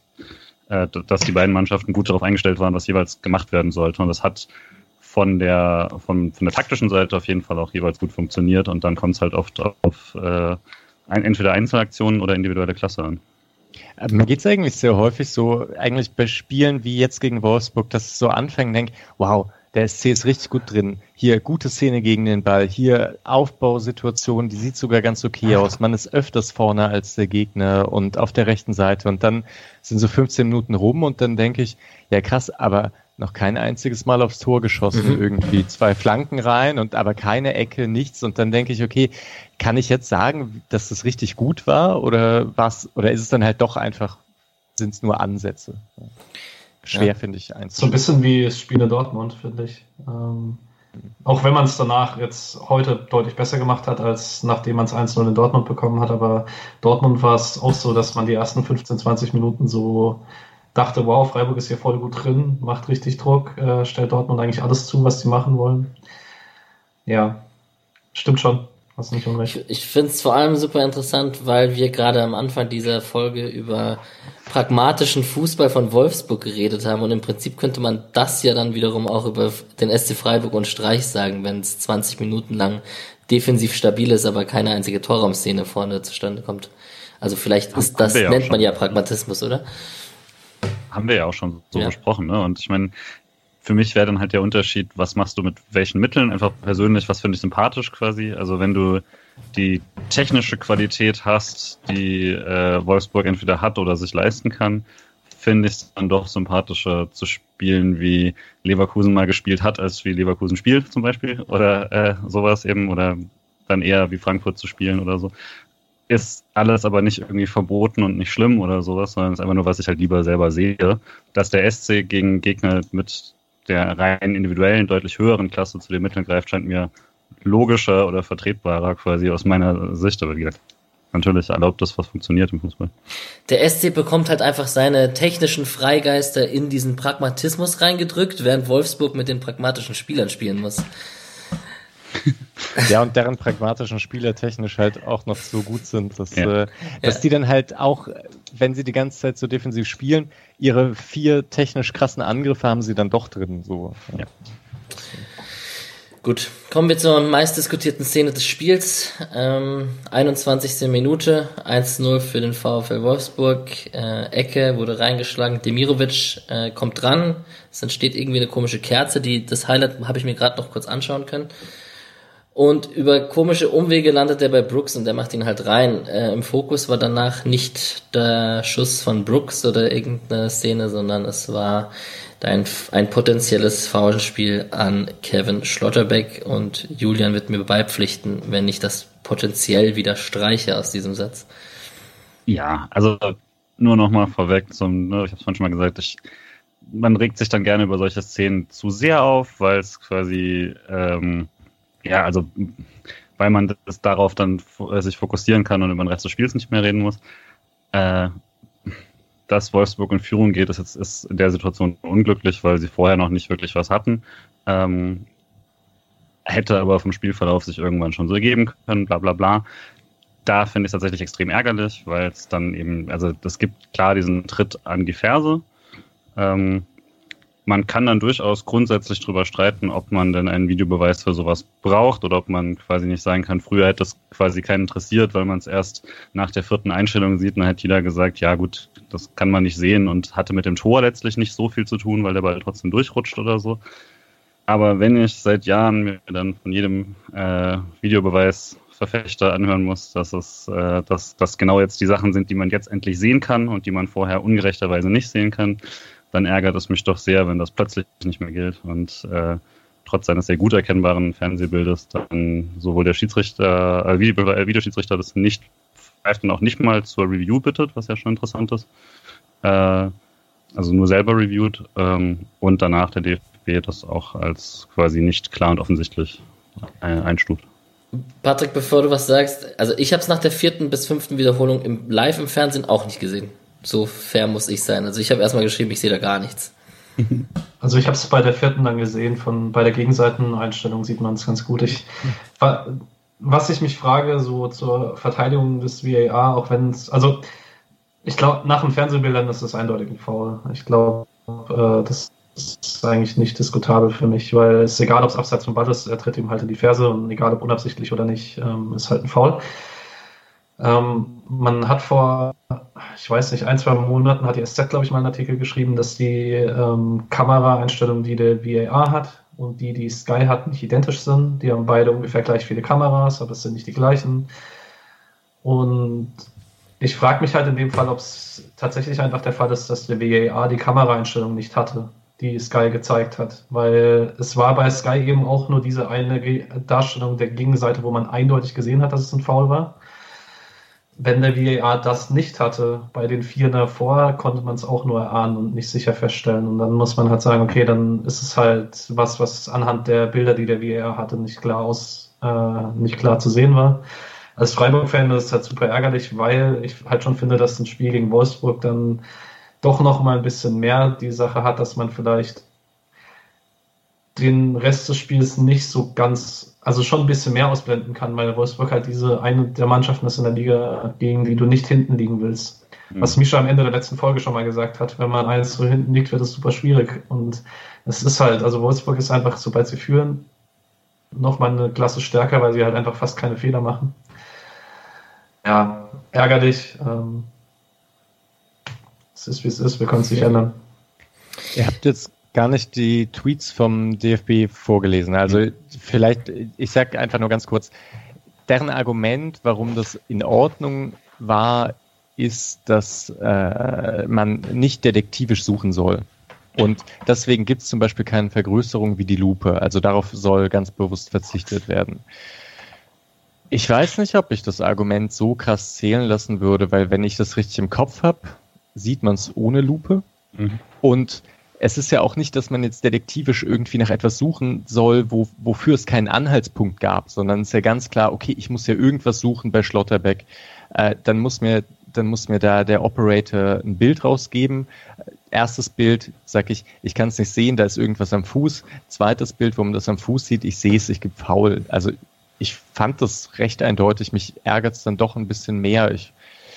die beiden Mannschaften gut darauf eingestellt waren, was jeweils gemacht werden sollte. Und das hat von der taktischen Seite auf jeden Fall auch jeweils gut funktioniert. Und dann kommt es halt oft auf entweder Einzelaktionen oder individuelle Klasse an. Mir geht es eigentlich sehr häufig so, eigentlich bei Spielen wie jetzt gegen Wolfsburg, dass es so anfängt und denke, wow, der SC ist richtig gut drin. Hier gute Szene gegen den Ball, hier Aufbausituation, die sieht sogar ganz okay aus. Man ist öfters vorne als der Gegner und auf der rechten Seite und dann sind so 15 Minuten rum und dann denke ich, ja krass, aber noch kein einziges Mal aufs Tor geschossen, irgendwie 2 Flanken rein und aber keine Ecke, nichts und dann denke ich, okay, kann ich jetzt sagen, dass das richtig gut war oder ist es dann halt doch einfach, sind es nur Ansätze? Schwer, finde ich, einzuschauen. So ein bisschen wie das Spiel in Dortmund, finde ich. Auch wenn man es danach jetzt heute deutlich besser gemacht hat, als nachdem man es 1-0 in Dortmund bekommen hat. Aber Dortmund war es auch so, dass man die ersten 15, 20 Minuten so dachte, wow, Freiburg ist hier voll gut drin, macht richtig Druck, stellt Dortmund eigentlich alles zu, was sie machen wollen. Ja, stimmt schon. Hast nicht unrecht. Ich finde es vor allem super interessant, weil wir gerade am Anfang dieser Folge über pragmatischen Fußball von Wolfsburg geredet haben und im Prinzip könnte man das ja dann wiederum auch über den SC Freiburg und Streich sagen, wenn es 20 Minuten lang defensiv stabil ist, aber keine einzige Torraumszene vorne zustande kommt. Also vielleicht ist das, nennt man ja Pragmatismus, oder? Haben wir ja auch schon so besprochen, ne? Und ich meine, für mich wäre dann halt der Unterschied, was machst du mit welchen Mitteln, einfach persönlich, was finde ich sympathisch quasi. Also wenn du die technische Qualität hast, die Wolfsburg entweder hat oder sich leisten kann, finde ich es dann doch sympathischer zu spielen, wie Leverkusen mal gespielt hat, als wie Leverkusen spielt zum Beispiel oder sowas eben oder dann eher wie Frankfurt zu spielen oder so. Ist alles aber nicht irgendwie verboten und nicht schlimm oder sowas, sondern ist einfach nur, was ich halt lieber selber sehe, dass der SC gegen Gegner mit der rein individuellen, deutlich höheren Klasse zu den Mitteln greift, scheint mir logischer oder vertretbarer quasi aus meiner Sicht. Aber wie gesagt, natürlich erlaubt das, was funktioniert im Fußball. Der SC bekommt halt einfach seine technischen Freigeister in diesen Pragmatismus reingedrückt, während Wolfsburg mit den pragmatischen Spielern spielen muss. Ja, und deren pragmatischen Spieler technisch halt auch noch so gut sind, dass die dann halt auch, wenn sie die ganze Zeit so defensiv spielen, ihre 4 technisch krassen Angriffe haben sie dann doch drin. So. Ja. Gut, kommen wir zur meistdiskutierten Szene des Spiels. 21. Minute, 1-0 für den VfL Wolfsburg. Ecke wurde reingeschlagen, Demirovic kommt dran. Es entsteht irgendwie eine komische Kerze, das Highlight habe ich mir gerade noch kurz anschauen können. Und über komische Umwege landet er bei Brooks und der macht ihn halt rein. Im Fokus war danach nicht der Schuss von Brooks oder irgendeine Szene, sondern es war ein potenzielles Foulspiel an Kevin Schlotterbeck und Julian wird mir beipflichten, wenn ich das potenziell wieder streiche aus diesem Satz. Ja, also nur nochmal vorweg, ich habe es vorhin schon mal gesagt, man regt sich dann gerne über solche Szenen zu sehr auf, weil es quasi weil man das darauf dann sich fokussieren kann und über den Rest des Spiels nicht mehr reden muss. Dass Wolfsburg in Führung geht, ist in der Situation unglücklich, weil sie vorher noch nicht wirklich was hatten. Hätte aber vom Spielverlauf sich irgendwann schon so ergeben können, bla bla bla. Da finde ich es tatsächlich extrem ärgerlich, weil es dann eben, also das gibt klar diesen Tritt an die Ferse. man kann dann durchaus grundsätzlich drüber streiten, ob man denn einen Videobeweis für sowas braucht oder ob man quasi nicht sagen kann, früher hätte das quasi keinen interessiert, weil man es erst nach der 4. Einstellung sieht. Dann hat jeder gesagt, ja gut, das kann man nicht sehen und hatte mit dem Tor letztlich nicht so viel zu tun, weil der Ball trotzdem durchrutscht oder so. Aber wenn ich seit Jahren mir dann von jedem Videobeweisverfechter anhören muss, dass genau jetzt die Sachen sind, die man jetzt endlich sehen kann und die man vorher ungerechterweise nicht sehen kann, dann ärgert es mich doch sehr, wenn das plötzlich nicht mehr gilt und trotz seines sehr gut erkennbaren Fernsehbildes dann sowohl der Videoschiedsrichter das nicht vielleicht dann auch nicht mal zur Review bittet, was ja schon interessant ist, also nur selber reviewt und danach der DFB das auch als quasi nicht klar und offensichtlich einstuft. Patrick, bevor du was sagst, also ich habe es nach der 4. bis 5. Wiederholung live im Fernsehen auch nicht gesehen. So fair muss ich sein. Also ich habe erstmal geschrieben, ich sehe da gar nichts. Also ich habe es bei der 4. dann gesehen, bei der Gegenseiteneinstellung sieht man es ganz gut. Was ich mich frage, so zur Verteidigung des VAR, auch wenn es, also ich glaube, nach den Fernsehbildern ist es eindeutig ein Foul. Ich glaube, das ist eigentlich nicht diskutabel für mich, weil es ist egal, ob es abseits vom Ball ist, er tritt ihm halt in die Ferse und egal, ob unabsichtlich oder nicht, ist halt ein Foul. Man hat vor, ich weiß nicht, 1-2 Monaten hat die SZ, glaube ich, mal einen Artikel geschrieben, dass die Kameraeinstellungen, die der VAR hat und die Sky hat, nicht identisch sind. Die haben beide ungefähr gleich viele Kameras, aber es sind nicht die gleichen. Und ich frage mich halt in dem Fall, ob es tatsächlich einfach der Fall ist, dass der VAR die Kameraeinstellung nicht hatte, die Sky gezeigt hat. Weil es war bei Sky eben auch nur diese eine Darstellung der Gegenseite, wo man eindeutig gesehen hat, dass es ein Foul war. Wenn der VAR das nicht hatte, bei den 4 davor, konnte man es auch nur erahnen und nicht sicher feststellen. Und dann muss man halt sagen, okay, dann ist es halt was anhand der Bilder, die der VAR hatte, nicht klar zu sehen war. Als Freiburg-Fan ist es halt super ärgerlich, weil ich halt schon finde, dass ein Spiel gegen Wolfsburg dann doch noch mal ein bisschen mehr die Sache hat, dass man vielleicht den Rest des Spiels nicht so ganz, also schon ein bisschen mehr ausblenden kann, weil Wolfsburg halt diese eine der Mannschaften ist in der Liga, gegen die du nicht hinten liegen willst. Was Mischa am Ende der letzten Folge schon mal gesagt hat, wenn man 1 so hinten liegt, wird es super schwierig. Und es ist halt, also Wolfsburg ist einfach, sobald sie führen, nochmal eine Klasse stärker, weil sie halt einfach fast keine Fehler machen. Ja, ärgerlich. Es ist, wie es ist, wir können es nicht ändern. Ihr habt jetzt gar nicht die Tweets vom DFB vorgelesen. Also vielleicht, ich sage einfach nur ganz kurz, deren Argument, warum das in Ordnung war, ist, dass man nicht detektivisch suchen soll. Und deswegen gibt es zum Beispiel keine Vergrößerung wie die Lupe. Also darauf soll ganz bewusst verzichtet werden. Ich weiß nicht, ob ich das Argument so krass zählen lassen würde, weil wenn ich das richtig im Kopf habe, sieht man es ohne Lupe. Mhm. Und es ist ja auch nicht, dass man jetzt detektivisch irgendwie nach etwas suchen soll, wofür es keinen Anhaltspunkt gab, sondern es ist ja ganz klar, okay, ich muss ja irgendwas suchen bei Schlotterbeck. Dann muss mir da der Operator ein Bild rausgeben. Erstes Bild, sag ich kann es nicht sehen, da ist irgendwas am Fuß. Zweites Bild, wo man das am Fuß sieht, ich sehe es, ich gebe Foul. Also ich fand das recht eindeutig. Mich ärgert es dann doch ein bisschen mehr. Ich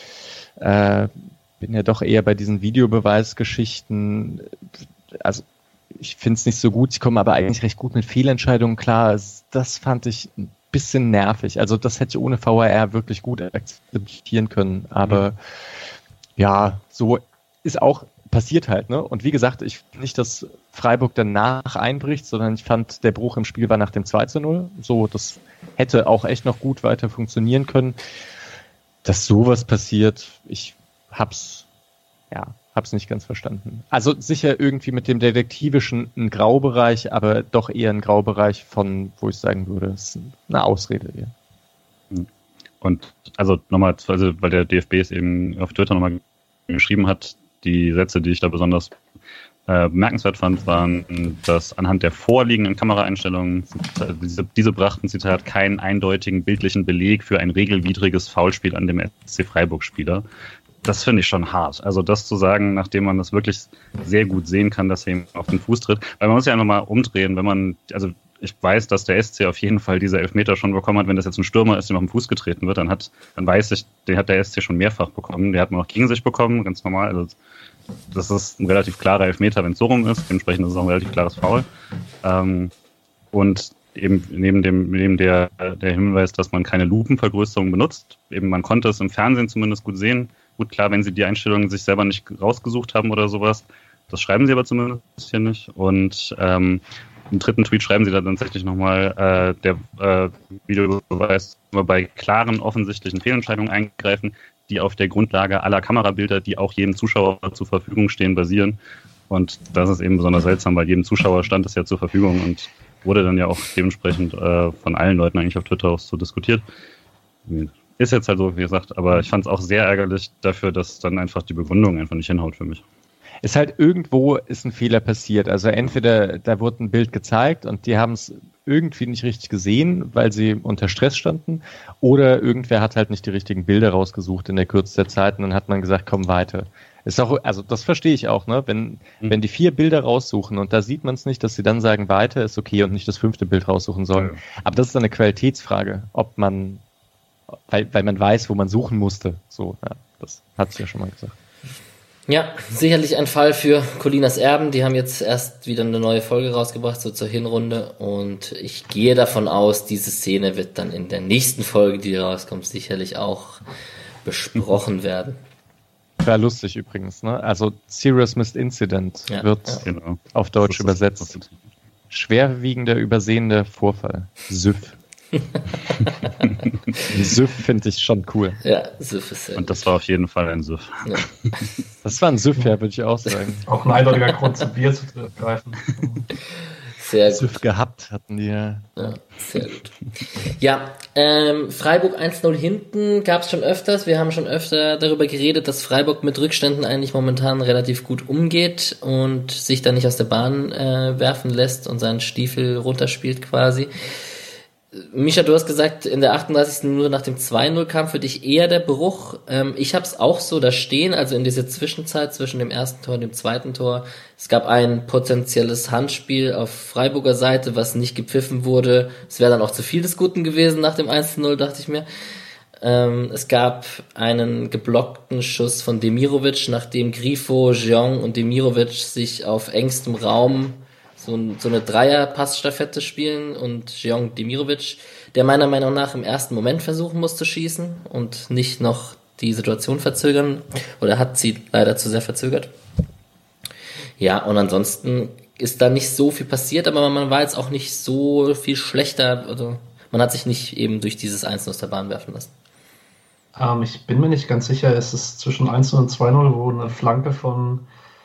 bin ja doch eher bei diesen Videobeweisgeschichten. Also ich finde es nicht so gut. Ich komme aber eigentlich recht gut mit Fehlentscheidungen klar. Das fand ich ein bisschen nervig. Also das hätte ich ohne VAR wirklich gut akzeptieren können. Aber ja, so ist auch passiert halt, ne? Und wie gesagt, ich finde nicht, dass Freiburg danach einbricht, sondern ich fand, der Bruch im Spiel war nach dem 2:0. So, das hätte auch echt noch gut weiter funktionieren können. Dass sowas passiert, ich hab's nicht ganz verstanden. Also sicher irgendwie mit dem Detektivischen ein Graubereich, aber doch eher ein Graubereich von, wo ich sagen würde, es ist eine Ausrede eher. Und also nochmal, weil der DFB es eben auf Twitter nochmal geschrieben hat, die Sätze, die ich da besonders bemerkenswert fand, waren, dass anhand der vorliegenden Kameraeinstellungen, diese brachten, Zitat, keinen eindeutigen bildlichen Beleg für ein regelwidriges Foulspiel an dem SC Freiburg-Spieler. Das finde ich schon hart. Also das zu sagen, nachdem man das wirklich sehr gut sehen kann, dass er ihm auf den Fuß tritt. Weil man muss ja einfach mal umdrehen, also ich weiß, dass der SC auf jeden Fall diese Elfmeter schon bekommen hat. Wenn das jetzt ein Stürmer ist, dem auf den Fuß getreten wird, dann weiß ich, den hat der SC schon mehrfach bekommen. Der hat man auch gegen sich bekommen, ganz normal. Also das ist ein relativ klarer Elfmeter, wenn es so rum ist. Dementsprechend ist es auch ein relativ klares Foul. Und eben neben der Hinweis, dass man keine Lupenvergrößerung benutzt. Eben man konnte es im Fernsehen zumindest gut sehen. Gut, klar, wenn sie die Einstellungen sich selber nicht rausgesucht haben oder sowas. Das schreiben sie aber zumindest hier nicht. Und im dritten Tweet schreiben sie da tatsächlich nochmal, der Videobeweis bei klaren, offensichtlichen Fehlentscheidungen eingreifen, die auf der Grundlage aller Kamerabilder, die auch jedem Zuschauer zur Verfügung stehen, basieren. Und das ist eben besonders seltsam, weil jedem Zuschauer stand es ja zur Verfügung und wurde dann ja auch dementsprechend von allen Leuten eigentlich auf Twitter auch so diskutiert. Ist jetzt halt so, wie gesagt, aber ich fand es auch sehr ärgerlich dafür, dass dann einfach die Begründung einfach nicht hinhaut für mich. Ist halt irgendwo ist ein Fehler passiert. Also entweder da wurde ein Bild gezeigt und die haben es irgendwie nicht richtig gesehen, weil sie unter Stress standen, oder irgendwer hat halt nicht die richtigen Bilder rausgesucht in der Kürze der Zeit und dann hat man gesagt, komm weiter. Ist auch, also das verstehe ich auch, ne? Wenn die 4 Bilder raussuchen und da sieht man es nicht, dass sie dann sagen, weiter ist okay und nicht das 5. Bild raussuchen sollen. Ja. Aber das ist eine Qualitätsfrage, ob man, weil man weiß, wo man suchen musste. So, ja, das hat sie ja schon mal gesagt. Ja, sicherlich ein Fall für Colinas Erben. Die haben jetzt erst wieder eine neue Folge rausgebracht, so zur Hinrunde. Und ich gehe davon aus, diese Szene wird dann in der nächsten Folge, die rauskommt, sicherlich auch besprochen werden. War lustig übrigens, ne? Also Serious Missed Incident wird genau auf Deutsch übersetzt. Schwerwiegender übersehender Vorfall. SÜV. SÜV finde ich schon cool. Ja, SÜV ist sehr Und das war auf jeden Fall ein SÜV. Ja. Das war ein SÜV, ja, würde ich auch sagen. Auch ein eindeutiger Grund, zum Bier zu greifen. Sehr gut. SÜV gehabt hatten die ja. Sehr gut. Ja, Freiburg 1-0 hinten gab es schon öfters. Wir haben schon öfter darüber geredet, dass Freiburg mit Rückständen eigentlich momentan relativ gut umgeht und sich da nicht aus der Bahn werfen lässt und seinen Stiefel runterspielt quasi. Micha, du hast gesagt, in der 38. Minute nach dem 2-0 kam für dich eher der Bruch. Ich habe es auch so da stehen, also in dieser Zwischenzeit zwischen dem ersten Tor und dem zweiten Tor. Es gab ein potenzielles Handspiel auf Freiburger Seite, was nicht gepfiffen wurde. Es wäre dann auch zu viel des Guten gewesen nach dem 1-0, dachte ich mir. Es gab einen geblockten Schuss von Demirovic, nachdem Grifo, Jeong und Demirovic sich auf engstem Raum so eine Dreier-Passstaffette spielen und Jeong Demirovic, der meiner Meinung nach im ersten Moment versuchen muss zu schießen und nicht noch die Situation verzögern, oder hat sie leider zu sehr verzögert. Ja, und ansonsten ist da nicht so viel passiert, aber man war jetzt auch nicht so viel schlechter, also man hat sich nicht eben durch dieses 1-0 aus der Bahn werfen lassen. Ich bin mir nicht ganz sicher, es ist zwischen 1-0 und 2-0, wo eine Flanke von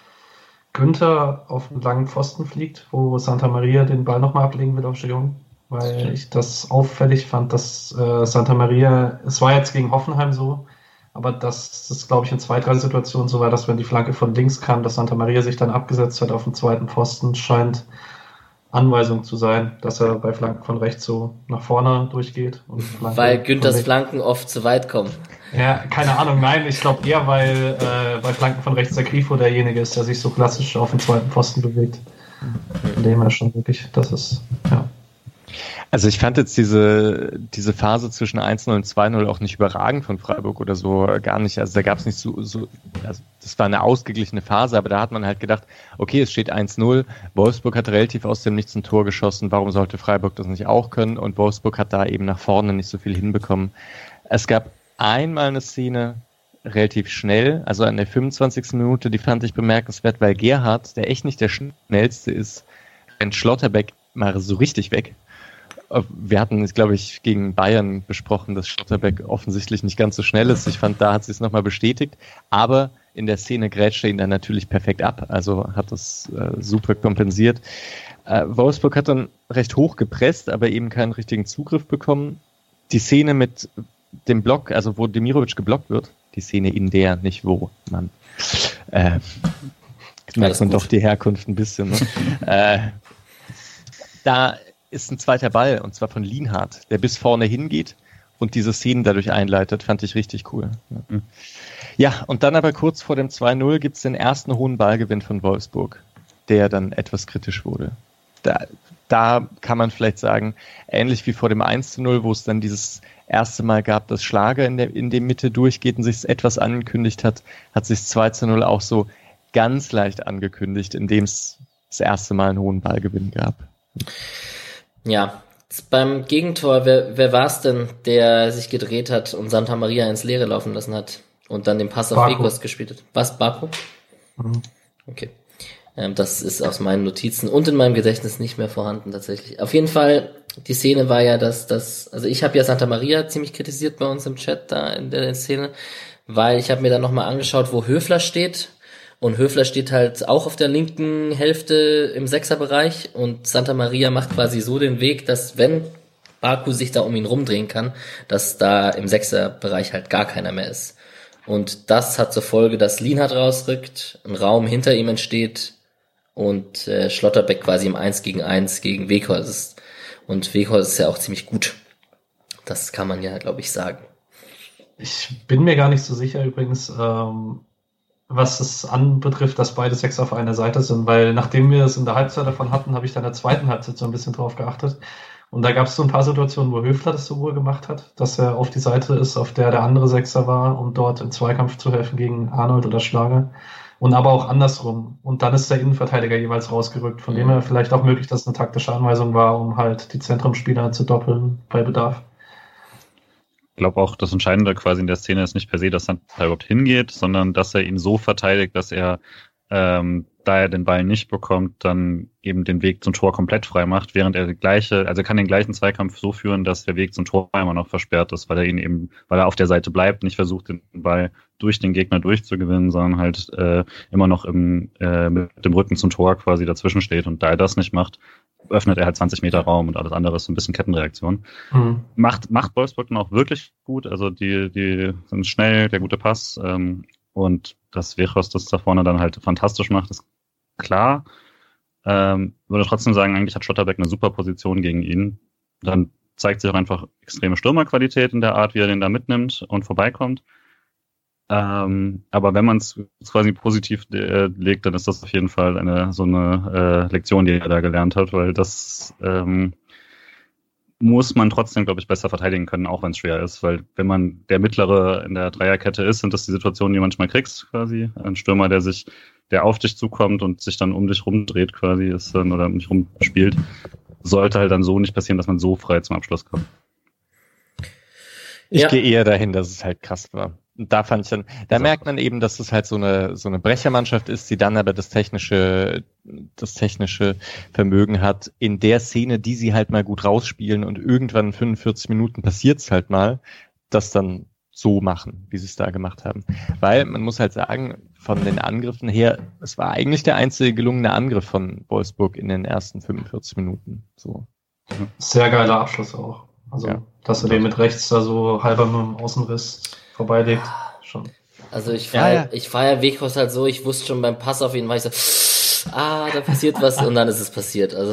Günther auf einen langen Pfosten fliegt, wo Santa Maria den Ball nochmal ablegen will auf Jeong, weil ich das auffällig fand, dass Santa Maria, es war jetzt gegen Hoffenheim so, aber das ist, glaube ich, in 2-3 Situationen so war, dass wenn die Flanke von links kam, dass Santa Maria sich dann abgesetzt hat auf den zweiten Pfosten, scheint Anweisung zu sein, dass er bei Flanken von rechts so nach vorne durchgeht. Und weil Günthers Flanken oft zu weit kommen. Ja, keine Ahnung, nein, ich glaube eher, weil bei Flanken von rechts der Grifo derjenige ist, der sich so klassisch auf den zweiten Pfosten bewegt. Von dem her schon wirklich, das ist, ja. Also ich fand jetzt diese Phase zwischen 1-0 und 2-0 auch nicht überragend von Freiburg oder so, gar nicht. Also da gab es nicht so, also das war eine ausgeglichene Phase, aber da hat man halt gedacht, okay, es steht 1-0, Wolfsburg hat relativ aus dem Nichts ein Tor geschossen, warum sollte Freiburg das nicht auch können? Und Wolfsburg hat da eben nach vorne nicht so viel hinbekommen. Es gab einmal eine Szene relativ schnell, also an der 25. Minute, die fand ich bemerkenswert, weil Gerhardt, der echt nicht der schnellste ist, rennt Schlotterbeck mal so richtig weg. Wir hatten es, glaube ich, gegen Bayern besprochen, dass Schlotterbeck offensichtlich nicht ganz so schnell ist. Ich fand, da hat sie es nochmal bestätigt. Aber in der Szene grätscht er ihn dann natürlich perfekt ab. Also hat das super kompensiert. Wolfsburg hat dann recht hoch gepresst, aber eben keinen richtigen Zugriff bekommen. Die Szene mit dem Block, also wo Demirovic geblockt wird, die Szene in der, nicht wo, man. Merkt man doch die Herkunft ein bisschen. Ne? Da ist ein zweiter Ball, und zwar von Lienhardt, der bis vorne hingeht und diese Szenen dadurch einleitet, fand ich richtig cool. Ja, und dann aber kurz vor dem 2-0 gibt es den ersten hohen Ballgewinn von Wolfsburg, der dann etwas kritisch wurde. Da kann man vielleicht sagen, ähnlich wie vor dem 1-0, wo es dann dieses erste Mal gab, dass Schlager in der Mitte durchgeht und sich etwas angekündigt hat, hat sich 2-0 auch so ganz leicht angekündigt, indem es das erste Mal einen hohen Ballgewinn gab. Ja, beim Gegentor, wer war es denn, der sich gedreht hat und Santa Maria ins Leere laufen lassen hat und dann den Pass auf Weghorst gespielt hat? Was, Baku? Mhm. Okay. Das ist aus meinen Notizen und in meinem Gedächtnis nicht mehr vorhanden tatsächlich. Auf jeden Fall, die Szene war ja, also ich habe ja Santa Maria ziemlich kritisiert bei uns im Chat da in der Szene, weil ich habe mir dann nochmal angeschaut, wo Höfler steht. Und Höfler steht halt auch auf der linken Hälfte im Sechserbereich und Santa Maria macht quasi so den Weg, dass wenn Baku sich da um ihn rumdrehen kann, dass da im Sechserbereich halt gar keiner mehr ist. Und das hat zur Folge, dass Lienhardt rausrückt, ein Raum hinter ihm entsteht und Schlotterbeck quasi im 1-gegen-1 gegen Weghorst ist. Und Weghorst ist ja auch ziemlich gut. Das kann man ja, glaube ich, sagen. Ich bin mir gar nicht so sicher übrigens, was es anbetrifft, dass beide Sechser auf einer Seite sind, weil nachdem wir es in der Halbzeit davon hatten, habe ich dann in der zweiten Halbzeit so ein bisschen drauf geachtet. Und da gab es so ein paar Situationen, wo Höfler das so wohl gemacht hat, dass er auf die Seite ist, auf der der andere Sechser war, um dort im Zweikampf zu helfen gegen Arnold oder Schlager. Und aber auch andersrum. Und dann ist der Innenverteidiger jeweils rausgerückt, von dem her vielleicht auch möglich, dass es eine taktische Anweisung war, um halt die Zentrumspieler zu doppeln bei Bedarf. Ich glaube auch, das Entscheidende quasi in der Szene ist nicht per se, dass Santa überhaupt hingeht, sondern dass er ihn so verteidigt, dass er, da er den Ball nicht bekommt, dann eben den Weg zum Tor komplett frei macht, während er kann den gleichen Zweikampf so führen, dass der Weg zum Tor immer noch versperrt ist, weil er auf der Seite bleibt, nicht versucht, den Ball durch den Gegner durchzugewinnen, sondern halt immer noch mit dem Rücken zum Tor quasi dazwischen steht. Und da er das nicht macht, öffnet er halt 20 Meter Raum und alles andere ist so ein bisschen Kettenreaktion. Mhm. Macht Wolfsburg dann auch wirklich gut, also die sind schnell, der gute Pass, und dass Weghorst das da vorne dann halt fantastisch macht, ist klar. Würde trotzdem sagen, eigentlich hat Schlotterbeck eine super Position gegen ihn. Dann zeigt sich auch einfach extreme Stürmerqualität in der Art, wie er den da mitnimmt und vorbeikommt. Aber wenn man es quasi positiv legt, dann ist das auf jeden Fall eine Lektion, die er da gelernt hat, weil das muss man trotzdem, glaube ich, besser verteidigen können, auch wenn es schwer ist, weil wenn man der Mittlere in der Dreierkette ist, sind das die Situationen, die du manchmal kriegst, quasi. Ein Stürmer, der auf dich zukommt und sich dann um dich rumdreht, quasi, ist dann, oder um dich rumspielt, sollte halt dann so nicht passieren, dass man so frei zum Abschluss kommt. Ich gehe eher dahin, dass es halt krass war. Und da fand ich dann, merkt man eben, dass es halt so eine Brechermannschaft ist, die dann aber das technische Vermögen hat, in der Szene, die sie halt mal gut rausspielen und irgendwann in 45 Minuten passiert's halt mal, das dann so machen, wie sie es da gemacht haben. Weil man muss halt sagen, von den Angriffen her, es war eigentlich der einzige gelungene Angriff von Wolfsburg in den ersten 45 Minuten. So. Sehr geiler Abschluss auch. Also, dass er den mit rechts da so halber mit dem Außenriss vorbeilegt, schon. Also ich feier Weghorst halt so, ich wusste schon beim Pass auf ihn, war ich so, da passiert was und dann ist es passiert. Also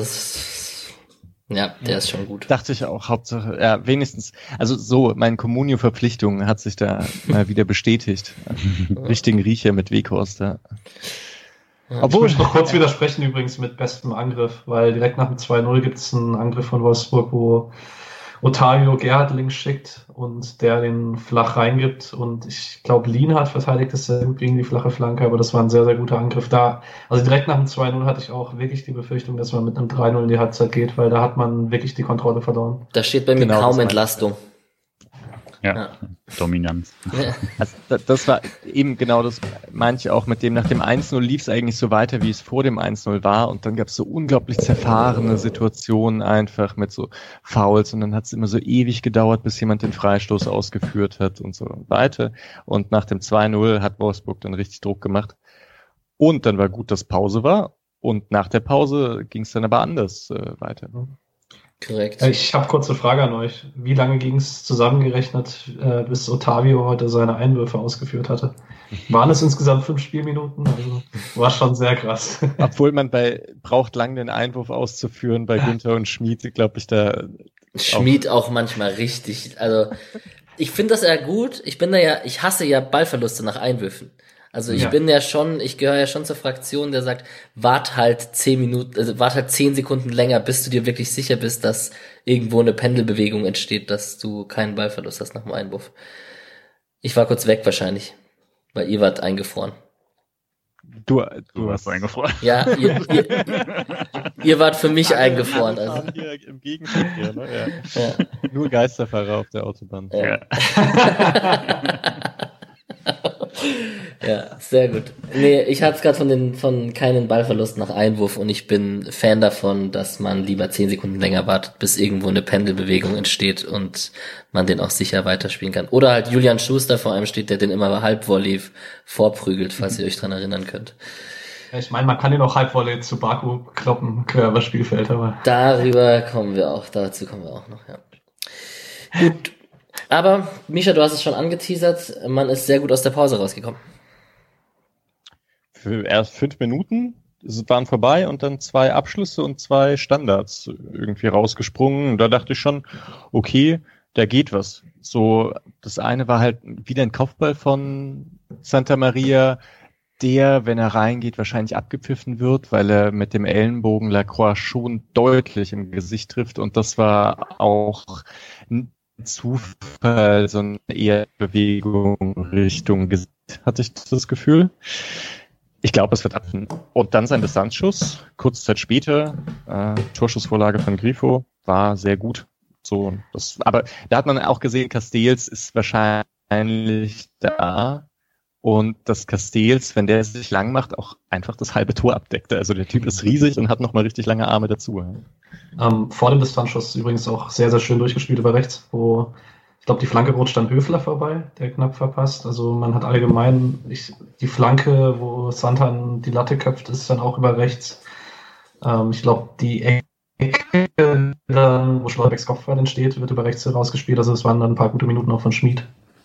der ist schon gut. Dachte ich auch, Hauptsache, ja, wenigstens, also so, meine Communio-Verpflichtung hat sich da mal wieder bestätigt. Richtigen Riecher mit Weghorst, ja. Obwohl, ich möchte noch kurz widersprechen übrigens mit bestem Angriff, weil direkt nach dem 2-0 gibt es einen Angriff von Wolfsburg, wo Ottavio Gerhard links schickt und der den flach reingibt und ich glaube, Lienhardt verteidigt es sehr gut gegen die flache Flanke, aber das war ein sehr, sehr guter Angriff da. Also direkt nach dem 2-0 hatte ich auch wirklich die Befürchtung, dass man mit einem 3-0 in die Halbzeit geht, weil da hat man wirklich die Kontrolle verloren. Da steht bei mir kaum Entlastung. Ja, Dominanz. Also das war eben genau das, manche auch mit dem, nach dem 1-0 lief es eigentlich so weiter, wie es vor dem 1-0 war und dann gab es so unglaublich zerfahrene Situationen einfach mit so Fouls und dann hat es immer so ewig gedauert, bis jemand den Freistoß ausgeführt hat und so weiter und nach dem 2-0 hat Wolfsburg dann richtig Druck gemacht und dann war gut, dass Pause war und nach der Pause ging es dann aber anders weiter. Korrekt. Ich habe kurze Frage an euch. Wie lange ging es zusammengerechnet, bis Ottavio heute seine Einwürfe ausgeführt hatte? Waren es insgesamt 5 Spielminuten? Also war schon sehr krass. Obwohl man braucht lang den Einwurf auszuführen bei Günther und Schmid, glaube ich, da. Schmid auch manchmal richtig. Also ich finde das ja gut. Ich hasse ja Ballverluste nach Einwürfen. Also ich gehöre ja schon zur Fraktion, der sagt, wart halt 10 Sekunden länger, bis du dir wirklich sicher bist, dass irgendwo eine Pendelbewegung entsteht, dass du keinen Ballverlust hast nach dem Einwurf. Ich war kurz weg wahrscheinlich, weil ihr wart eingefroren. Du hast eingefroren. Ja, ihr wart für mich eingefroren. Also. Also. Hier im Gegenverkehr, ne? Ja. Nur Geisterfahrer auf der Autobahn. Ja. Ja, sehr gut. Nee, ich hatte es gerade von keinen Ballverlust nach Einwurf und ich bin Fan davon, dass man lieber 10 Sekunden länger wartet, bis irgendwo eine Pendelbewegung entsteht und man den auch sicher weiterspielen kann. Oder halt Julian Schuster vor allem steht, der den immer Halbvolley vorprügelt, falls ihr euch dran erinnern könnt. Ja, ich meine, man kann den auch Halbvolley zu Baku kloppen, quer über das Spielfeld, aber. Dazu kommen wir auch noch, ja. Gut. Aber, Mischa, du hast es schon angeteasert, man ist sehr gut aus der Pause rausgekommen. Für erst 5 Minuten, es waren vorbei und dann 2 Abschlüsse und 2 Standards irgendwie rausgesprungen. Und da dachte ich schon, okay, da geht was. So, das eine war halt wieder ein Kopfball von Santa Maria, der, wenn er reingeht, wahrscheinlich abgepfiffen wird, weil er mit dem Ellenbogen Lacroix schon deutlich im Gesicht trifft. Und das war auch Zufall, so eine eher Bewegung Richtung Gesicht, hatte ich das Gefühl. Ich glaube, es wird ab. Und dann sein Distanzschuss, kurze Zeit später, Torschussvorlage von Grifo, war sehr gut. So, aber da hat man auch gesehen, Castells ist wahrscheinlich da und dass Castells, wenn der sich lang macht, auch einfach das halbe Tor abdeckt. Also der Typ ist riesig und hat nochmal richtig lange Arme dazu. Vor dem Distanzschuss übrigens auch sehr, sehr schön durchgespielt über rechts, wo ich glaube, die Flanke rutscht dann Höfler vorbei, der knapp verpasst. Also man hat allgemein die Flanke, wo Santan die Latte köpft, ist dann auch über rechts. Ich glaube, die Ecke, wo Schlotterbergs Kopfball entsteht, wird über rechts rausgespielt. Also es waren dann ein paar gute Minuten auch von Schmid.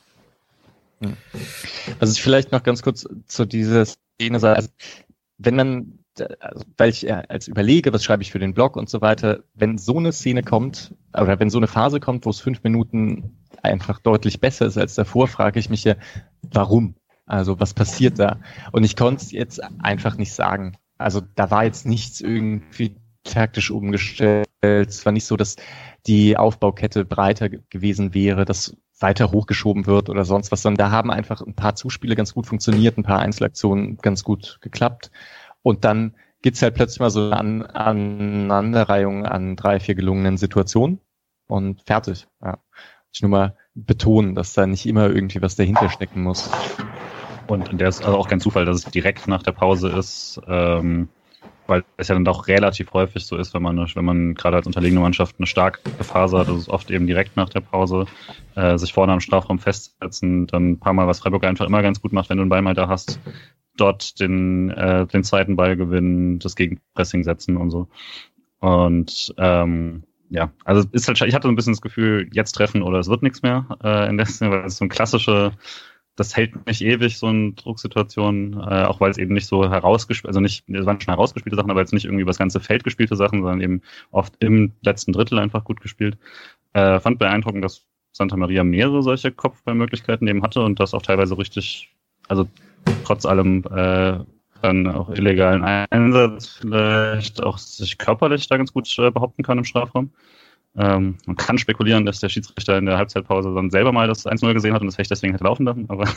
Also vielleicht noch ganz kurz zu dieser Szene sagen, also wenn man, also weil ich als überlege, was schreibe ich für den Blog und so weiter, wenn so eine Szene kommt, oder wenn so eine Phase kommt, wo es 5 Minuten einfach deutlich besser ist als davor, frage ich mich ja, warum? Also was passiert da? Und ich konnte es jetzt einfach nicht sagen. Also da war jetzt nichts irgendwie taktisch umgestellt. Es war nicht so, dass die Aufbaukette breiter gewesen wäre, dass weiter hochgeschoben wird oder sonst was, sondern da haben einfach ein paar Zuspiele ganz gut funktioniert, ein paar Einzelaktionen ganz gut geklappt. Und dann gibt's halt plötzlich mal so eine Aneinanderreihung an 3, 4 gelungenen Situationen und fertig. Ja. Ich nur mal betonen, dass da nicht immer irgendwie was dahinter stecken muss. Und der ist also auch kein Zufall, dass es direkt nach der Pause ist, weil es ja dann doch relativ häufig so ist, wenn man gerade als unterlegene Mannschaft eine starke Phase hat, dass es oft eben direkt nach der Pause sich vorne am Strafraum festsetzen, dann ein paar Mal, was Freiburg einfach immer ganz gut macht, wenn du einen Ball mal da hast, dort den zweiten Ball gewinnen, das Gegenpressing setzen und so. Und ja, also ist halt, ich hatte so ein bisschen das Gefühl, jetzt treffen oder es wird nichts mehr in der Szene, weil es so ein klassische, das hält nicht ewig, so eine Drucksituation, auch weil es eben nicht so herausgespielt, also nicht, es waren schon herausgespielte Sachen, aber jetzt nicht irgendwie über das ganze Feld gespielte Sachen, sondern eben oft im letzten Drittel einfach gut gespielt. Fand beeindruckend, dass Santa Maria mehrere solche Kopfballmöglichkeiten eben hatte und das auch teilweise richtig, also trotz allem dann auch illegalen Einsatz vielleicht auch sich körperlich da ganz gut behaupten kann im Strafraum. Man kann spekulieren, dass der Schiedsrichter in der Halbzeitpause dann selber mal das 1-0 gesehen hat und das vielleicht deswegen hätte laufen dürfen, aber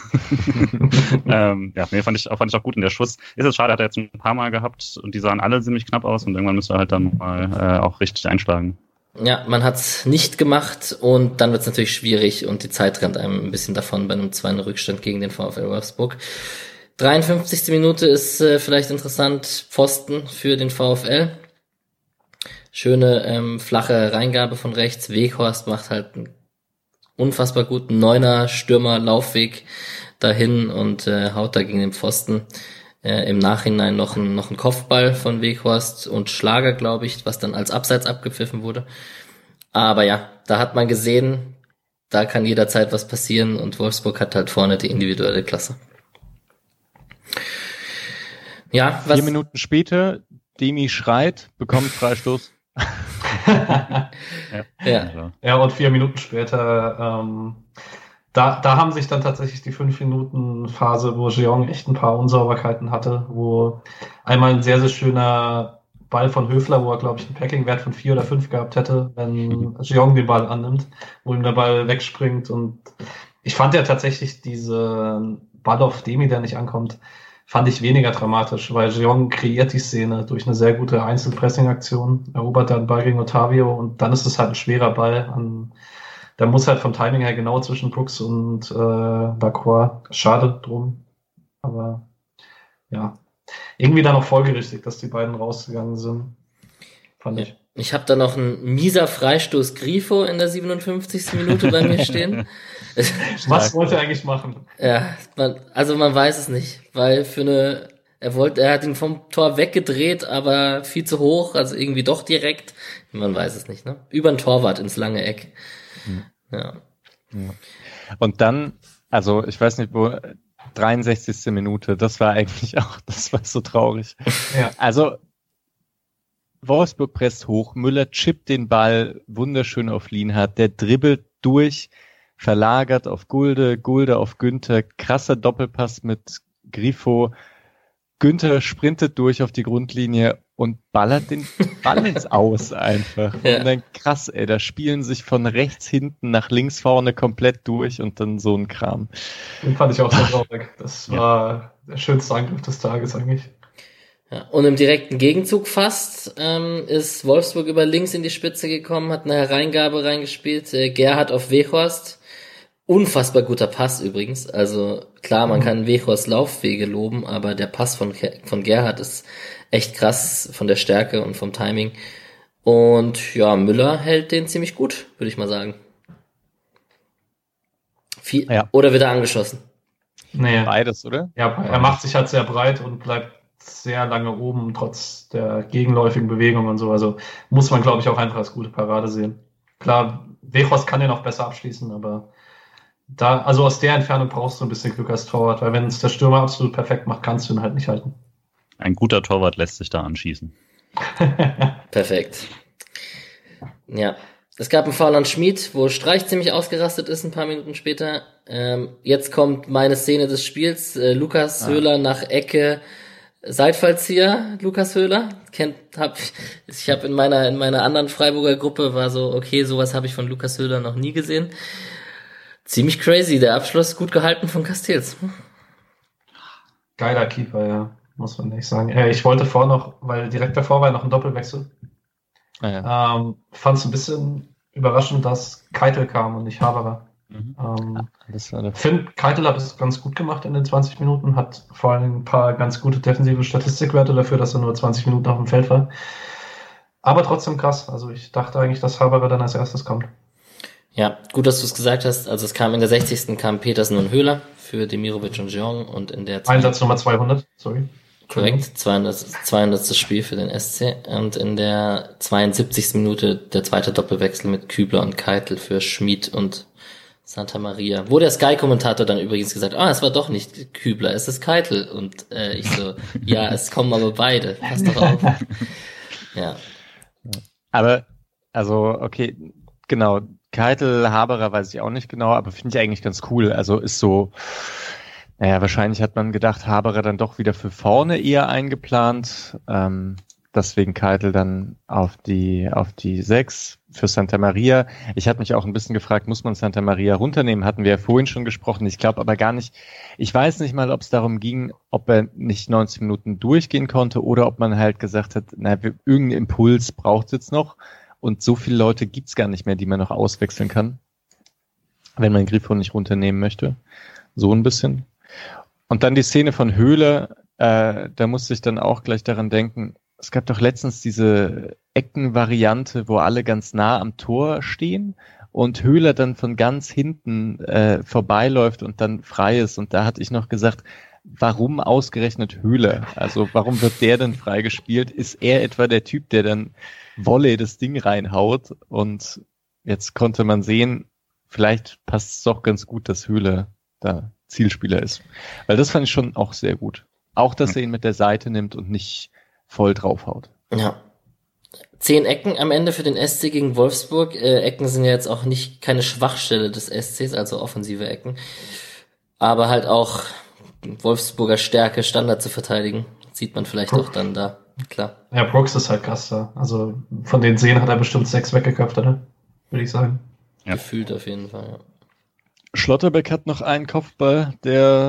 ja, nee, fand ich auch gut. Und der Schuss ist jetzt schade, hat er jetzt ein paar Mal gehabt und die sahen alle ziemlich knapp aus und irgendwann müsste er halt dann mal auch richtig einschlagen. Ja, man hat's nicht gemacht und dann wird's natürlich schwierig und die Zeit rennt einem ein bisschen davon bei einem 2-0-Rückstand gegen den VfL Wolfsburg. 53. Minute ist vielleicht interessant, Pfosten für den VfL. Schöne flache Reingabe von rechts. Weghorst macht halt einen unfassbar guten 9er Stürmer-Laufweg dahin und haut da gegen den Pfosten. Im Nachhinein noch ein Kopfball von Weghorst und Schlager, glaube ich, was dann als Abseits abgepfiffen wurde. Aber ja, da hat man gesehen, da kann jederzeit was passieren und Wolfsburg hat halt vorne die individuelle Klasse. Ja, 4 Minuten später, Demi schreit, bekommt Freistoß. Ja, und 4 Minuten später, da haben sich dann tatsächlich die 5-Minuten-Phase, wo Jeong echt ein paar Unsauberkeiten hatte, wo einmal ein sehr, sehr schöner Ball von Höfler, wo er, glaube ich, einen Packing-Wert von 4 oder 5 gehabt hätte, wenn Jeong den Ball annimmt, wo ihm der Ball wegspringt. Und ich fand ja tatsächlich diese Ball auf Demi, der nicht ankommt, fand ich weniger dramatisch, weil Jeong kreiert die Szene durch eine sehr gute Einzelpressing-Aktion, erobert dann Ball gegen Otavio und dann ist es halt ein schwerer Ball. Da muss halt vom Timing her genau zwischen Brooks und Lacroix. Schade drum, aber ja, irgendwie dann auch folgerichtig, dass die beiden rausgegangen sind, fand ich. Ich habe da noch einen mieser Freistoß Grifo in der 57. Minute bei mir stehen. Was wollte er eigentlich machen? Ja, man weiß es nicht, weil er hat ihn vom Tor weggedreht, aber viel zu hoch, also irgendwie doch direkt. Man weiß es nicht, ne? Über ein Torwart ins lange Eck. Ja. Und dann, also ich weiß nicht, 63. Minute, das war so traurig. Ja. Also Wolfsburg presst hoch, Müller chippt den Ball wunderschön auf Lienhardt, der dribbelt durch, verlagert auf Gulde auf Günther, krasser Doppelpass mit Grifo, Günther sprintet durch auf die Grundlinie und ballert den Ball ins Aus einfach. Ja. Und dann krass, da spielen sich von rechts hinten nach links vorne komplett durch und dann so ein Kram. Den fand ich auch sehr traurig. Das war der schönste Angriff des Tages eigentlich. Ja, und im direkten Gegenzug fast ist Wolfsburg über links in die Spitze gekommen, hat eine Hereingabe reingespielt, Gerhardt auf Weghorst. Unfassbar guter Pass übrigens. Also klar, man kann Weghorsts Laufwege loben, aber der Pass von Gerhardt ist echt krass von der Stärke und vom Timing. Und ja, Müller hält den ziemlich gut, würde ich mal sagen. Oder wird er angeschossen? Nee. Beides, oder? Ja, er macht sich halt sehr breit und bleibt sehr lange oben, trotz der gegenläufigen Bewegung und so. Also muss man, glaube ich, auch einfach als gute Parade sehen. Klar, Weghorst kann den auch besser abschließen, aber also aus der Entfernung brauchst du ein bisschen Glück als Torwart, weil wenn es der Stürmer absolut perfekt macht, kannst du ihn halt nicht halten. Ein guter Torwart lässt sich da anschießen. Perfekt. Ja. Es gab einen Foul an Schmid, wo Streich ziemlich ausgerastet ist, ein paar Minuten später. Jetzt kommt meine Szene des Spiels. Lukas Höhler nach Ecke, Seitfallzieher, Lukas Höhler. Ich habe in meiner anderen Freiburger Gruppe war so, okay, sowas habe ich von Lukas Höhler noch nie gesehen. Ziemlich crazy, der Abschluss gut gehalten von Castells. Geiler Keeper, ja, muss man nicht sagen. Ich wollte weil direkt davor war noch ein Doppelwechsel. Fand es ein bisschen überraschend, dass Keitel kam und nicht Haberer. Finde, Keitel hat es ganz gut gemacht in den 20 Minuten, hat vor allem ein paar ganz gute defensive Statistikwerte dafür, dass er nur 20 Minuten auf dem Feld war. Aber trotzdem krass. Also ich dachte eigentlich, dass Haberer dann als erstes kommt. Ja, gut, dass du es gesagt hast. Also es kam in der 60. kam Petersen und Höhler für Demirovic und Jeong und in der Einsatz Nummer 200, sorry. Korrekt, 200. Spiel für den SC und in der 72. Minute der zweite Doppelwechsel mit Kübler und Keitel für Schmid und Santa Maria. Wo der Sky-Kommentator dann übrigens gesagt, es war doch nicht Kübler, es ist Keitel. Und ich so, ja, es kommen aber beide. Pass doch auf. Ja. Aber, also, okay, genau, Keitel, Haberer weiß ich auch nicht genau, aber finde ich eigentlich ganz cool. Also ist so, wahrscheinlich hat man gedacht, Haberer dann doch wieder für vorne eher eingeplant. Deswegen Keitel dann auf die 6 für Santa Maria. Ich hatte mich auch ein bisschen gefragt, muss man Santa Maria runternehmen? Hatten wir ja vorhin schon gesprochen. Ich glaube aber gar nicht. Ich weiß nicht mal, ob es darum ging, ob er nicht 90 Minuten durchgehen konnte oder ob man halt gesagt hat, irgendeinen Impuls braucht es jetzt noch. Und so viele Leute gibt's gar nicht mehr, die man noch auswechseln kann, wenn man Grifo nicht runternehmen möchte. So ein bisschen. Und dann die Szene von Höhle, da musste ich dann auch gleich daran denken, es gab doch letztens diese Eckenvariante, wo alle ganz nah am Tor stehen und Höhler dann von ganz hinten vorbeiläuft und dann frei ist. Und da hatte ich noch gesagt, warum ausgerechnet Höhler? Also warum wird der denn frei gespielt? Ist er etwa der Typ, der dann Volley das Ding reinhaut? Und jetzt konnte man sehen, vielleicht passt es doch ganz gut, dass Höhler da Zielspieler ist. Weil das fand ich schon auch sehr gut. Auch, dass er ihn mit der Seite nimmt und nicht voll draufhaut. Ja. 10 Ecken am Ende für den SC gegen Wolfsburg. Ecken sind ja jetzt auch keine Schwachstelle des SCs, also offensive Ecken. Aber halt auch Wolfsburger Stärke, Standard zu verteidigen. Sieht man vielleicht auch dann da. Klar. Ja, Brooks ist halt krass da. Also von den 10 hat er bestimmt 6 weggeköpft, oder? Würde ich sagen. Ja. Gefühlt auf jeden Fall, ja. Schlotterbeck hat noch einen Kopfball, der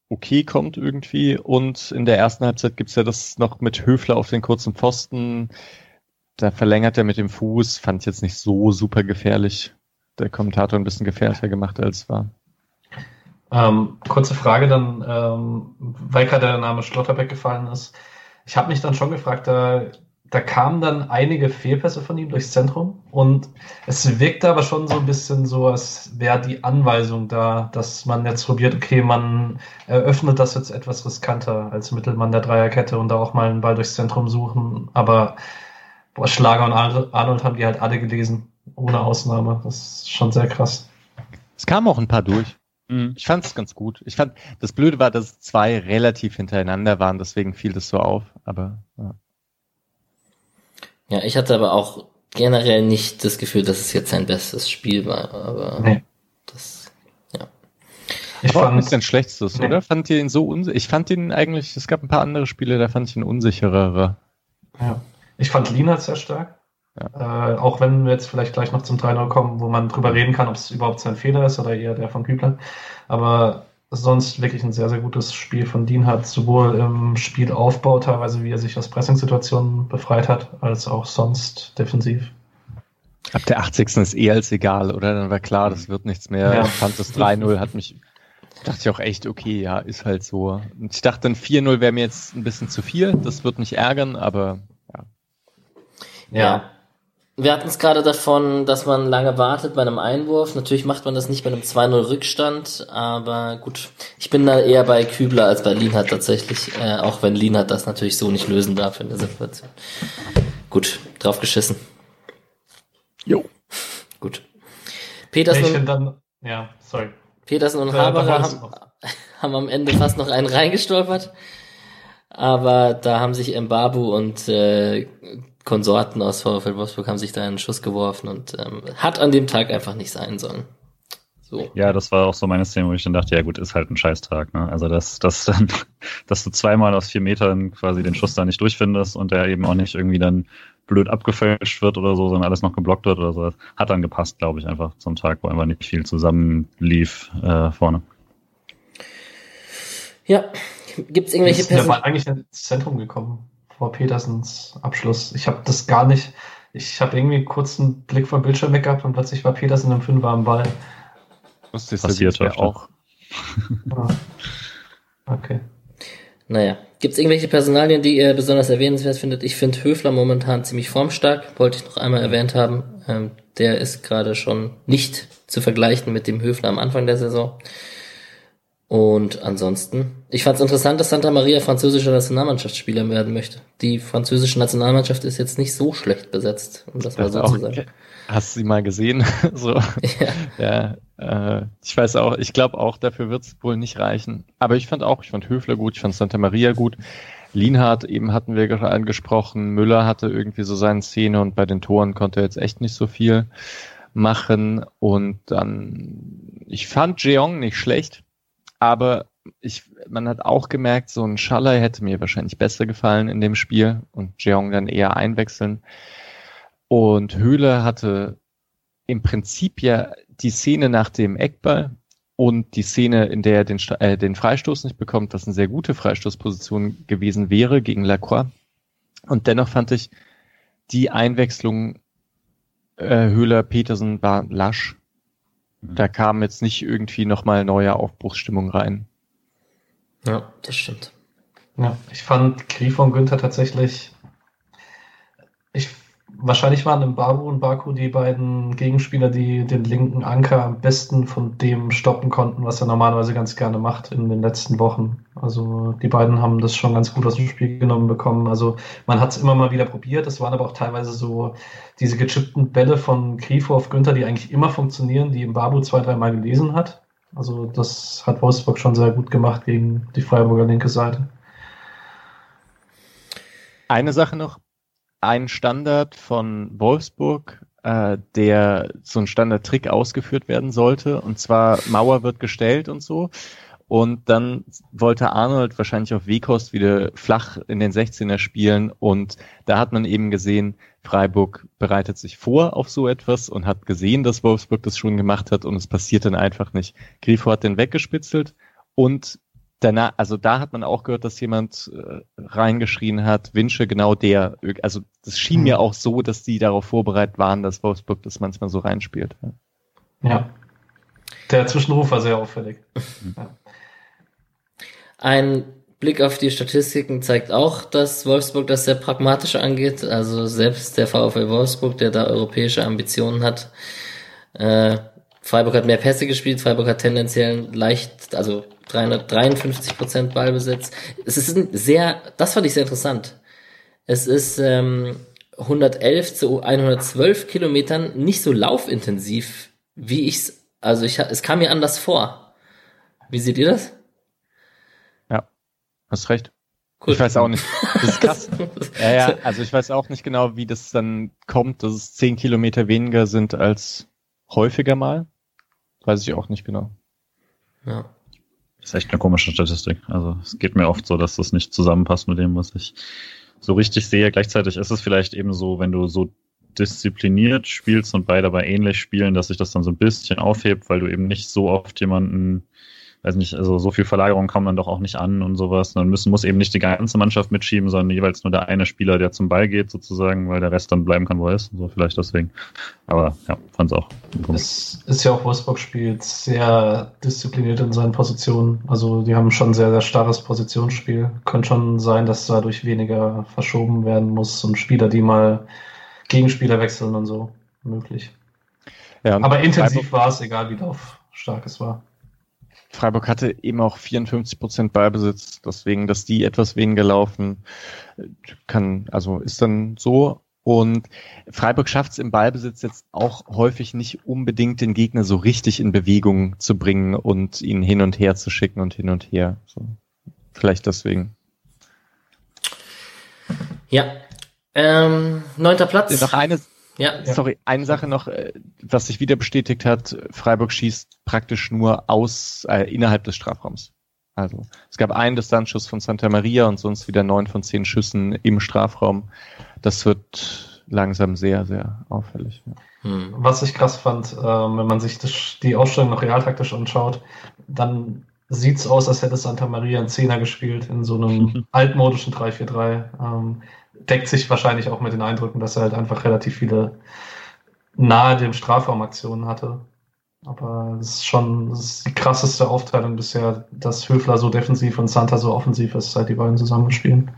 okay kommt irgendwie. Und in der ersten Halbzeit gibt's ja das noch mit Höfler auf den kurzen Pfosten. Da verlängert er mit dem Fuß. Fand ich jetzt nicht so super gefährlich. Der Kommentator ein bisschen gefährlicher gemacht, als es war. Kurze Frage dann, weil gerade der Name Schlotterbeck gefallen ist. Ich habe mich dann schon gefragt, da kamen dann einige Fehlpässe von ihm durchs Zentrum und es wirkte aber schon so ein bisschen so, als wäre die Anweisung da, dass man jetzt probiert, okay, man eröffnet das jetzt etwas riskanter als Mittelmann der Dreierkette und da auch mal einen Ball durchs Zentrum suchen, aber Schlager und Arnold haben die halt alle gelesen, ohne Ausnahme. Das ist schon sehr krass. Es kamen auch ein paar durch. Ich fand es ganz gut. Ich fand, das Blöde war, dass 2 relativ hintereinander waren, deswegen fiel das so auf, aber ja. Ja, ich hatte aber auch generell nicht das Gefühl, dass es jetzt sein bestes Spiel war, aber das, ja. Ich fand nicht sein schlechtstes, oder? Fand ihr ihn so ich fand ihn eigentlich, es gab ein paar andere Spiele, da fand ich ihn unsicherer. Ja. Ich fand Lienhardt sehr stark. Ja. Auch wenn wir jetzt vielleicht gleich noch zum 3-0 kommen, wo man drüber reden kann, ob es überhaupt sein Fehler ist oder eher der von Kübler. Aber sonst wirklich ein sehr, sehr gutes Spiel von Lienhardt, sowohl im Spielaufbau teilweise, wie er sich aus Pressingsituationen befreit hat, als auch sonst defensiv. Ab der 80. ist als egal, oder? Dann war klar, das wird nichts mehr. Ja. Ich fand das 3-0 dachte ich auch echt, okay, ja, ist halt so. Und ich dachte, dann 4-0 wäre mir jetzt ein bisschen zu viel. Das wird mich ärgern, aber ja. Wir hatten es gerade davon, dass man lange wartet bei einem Einwurf. Natürlich macht man das nicht bei einem 2-0 Rückstand, aber gut. Ich bin da eher bei Kübler als bei Lienhardt tatsächlich, auch wenn Lienhardt das natürlich so nicht lösen darf in der Situation. Gut, drauf geschissen. Jo. Gut. Petersen und Haberer haben am Ende fast noch einen reingestolpert, aber da haben sich Mbabu und Konsorten aus VfL Wolfsburg haben sich da einen Schuss geworfen und hat an dem Tag einfach nicht sein sollen. So. Ja, das war auch so meine Szene, wo ich dann dachte, ja gut, ist halt ein Scheißtag, ne? Also dass du 2-mal aus 4 Metern quasi den Schuss da nicht durchfindest und der eben auch nicht irgendwie dann blöd abgefälscht wird oder so, sondern alles noch geblockt wird oder so. Hat dann gepasst, glaube ich, einfach zum Tag, wo einfach nicht viel zusammenlief vorne. Ja, gibt's irgendwelche Personen? Der war eigentlich ins Zentrum gekommen vor Petersens Abschluss. Ich habe das gar nicht. Ich habe irgendwie kurz einen Blick vom Bildschirm weg gehabt und plötzlich war Petersen im 5er am Ball. Das passiert ja auch. Okay. Naja, gibt's irgendwelche Personalien, die ihr besonders erwähnenswert findet? Ich finde Höfler momentan ziemlich formstark, wollte ich noch einmal erwähnt haben. Der ist gerade schon nicht zu vergleichen mit dem Höfler am Anfang der Saison. Und ansonsten, ich fand es interessant, dass Santa Maria französischer Nationalmannschaftsspieler werden möchte. Die französische Nationalmannschaft ist jetzt nicht so schlecht besetzt, um das mal so zu sagen. Hast du sie mal gesehen? So. Ja. Ich weiß auch, ich glaube auch, dafür wird es wohl nicht reichen. Aber ich fand Höfler gut, ich fand Santa Maria gut. Lienhardt eben hatten wir gerade angesprochen, Müller hatte irgendwie so seine Szene und bei den Toren konnte er jetzt echt nicht so viel machen. Und dann, ich fand Jeong nicht schlecht. Aber man hat auch gemerkt, so ein Schaller hätte mir wahrscheinlich besser gefallen in dem Spiel und Jeong dann eher einwechseln. Und Höhler hatte im Prinzip ja die Szene nach dem Eckball und die Szene, in der er den Freistoß nicht bekommt, was eine sehr gute Freistoßposition gewesen wäre gegen Lacroix. Und dennoch fand ich die Einwechslung Höhler-Petersen war lasch. Da kam jetzt nicht irgendwie nochmal neue Aufbruchsstimmung rein. Ja, das stimmt. Ja, ich fand Grifo und Günther tatsächlich, wahrscheinlich waren Mbabu und Baku die beiden Gegenspieler, die den linken Anker am besten von dem stoppen konnten, was er normalerweise ganz gerne macht in den letzten Wochen. Also die beiden haben das schon ganz gut aus dem Spiel genommen bekommen. Also man hat es immer mal wieder probiert. Es waren aber auch teilweise so diese gechippten Bälle von Grifo auf Günther, die eigentlich immer funktionieren, die Mbabu 2-3 Mal gelesen hat. Also das hat Wolfsburg schon sehr gut gemacht gegen die Freiburger linke Seite. Eine Sache noch. Ein Standard von Wolfsburg, der so ein Standardtrick ausgeführt werden sollte. Und zwar Mauer wird gestellt und so. Und dann wollte Arnold wahrscheinlich auf Weghorst wieder flach in den 16er spielen. Und da hat man eben gesehen, Freiburg bereitet sich vor auf so etwas und hat gesehen, dass Wolfsburg das schon gemacht hat. Und es passiert dann einfach nicht. Grifo hat den weggespitzelt und danach, also da hat man auch gehört, dass jemand reingeschrien hat, Winsche, genau der. Also das schien mir auch so, dass die darauf vorbereitet waren, dass Wolfsburg das manchmal so reinspielt. Ja. Der Zwischenruf war sehr auffällig. Ja. Ein Blick auf die Statistiken zeigt auch, dass Wolfsburg das sehr pragmatisch angeht. Also selbst der VfL Wolfsburg, der da europäische Ambitionen hat. Freiburg hat mehr Pässe gespielt, Freiburg hat tendenziell leicht, also 353% Ballbesitz. Es ist das fand ich sehr interessant. Es ist 111 zu 112 Kilometern nicht so laufintensiv, wie es kam mir anders vor. Wie seht ihr das? Ja, hast recht. Cool. Ich weiß auch nicht. Das ist krass. Ja, also ich weiß auch nicht genau, wie das dann kommt, dass es 10 Kilometer weniger sind als häufiger mal. Weiß ich auch nicht genau. Ja. Das ist echt eine komische Statistik. Also es geht mir oft so, dass das nicht zusammenpasst mit dem, was ich so richtig sehe. Gleichzeitig ist es vielleicht eben so, wenn du so diszipliniert spielst und beide aber ähnlich spielen, dass sich das dann so ein bisschen aufhebt, weil du eben nicht so oft jemanden, weiß nicht, also so viel Verlagerung kam dann doch auch nicht an und sowas. Dann muss eben nicht die ganze Mannschaft mitschieben, sondern jeweils nur der eine Spieler, der zum Ball geht sozusagen, weil der Rest dann bleiben kann, wo er ist. So vielleicht deswegen. Aber ja, fand's auch. Es ist ja auch, Wolfsburg spielt sehr diszipliniert in seinen Positionen. Also die haben schon ein sehr, sehr starres Positionsspiel. Könnte schon sein, dass dadurch weniger verschoben werden muss und Spieler, die mal Gegenspieler wechseln und so, möglich. Ja, aber intensiv war es, egal wie laufstark es war. Freiburg hatte eben auch 54% Ballbesitz, deswegen, dass die etwas weniger laufen, ist dann so. Und Freiburg schafft es im Ballbesitz jetzt auch häufig nicht unbedingt, den Gegner so richtig in Bewegung zu bringen und ihn hin und her zu schicken und hin und her. So. Vielleicht deswegen. Ja. 9. Platz. Noch eine Sache noch, was sich wieder bestätigt hat, Freiburg schießt praktisch nur innerhalb des Strafraums. Also es gab einen Distanzschuss von Santa Maria und sonst wieder 9 von 10 Schüssen im Strafraum. Das wird langsam sehr, sehr auffällig. Ja. Was ich krass fand, wenn man sich die Ausstellung noch realtaktisch anschaut, dann sieht's aus, als hätte Santa Maria einen Zehner gespielt in so einem altmodischen 3-4-3. Deckt sich wahrscheinlich auch mit den Eindrücken, dass er halt einfach relativ viele nahe dem Strafraum Aktionen hatte. Aber das ist die krasseste Aufteilung bisher, dass Höfler so defensiv und Santa so offensiv ist, seit die beiden zusammen spielen.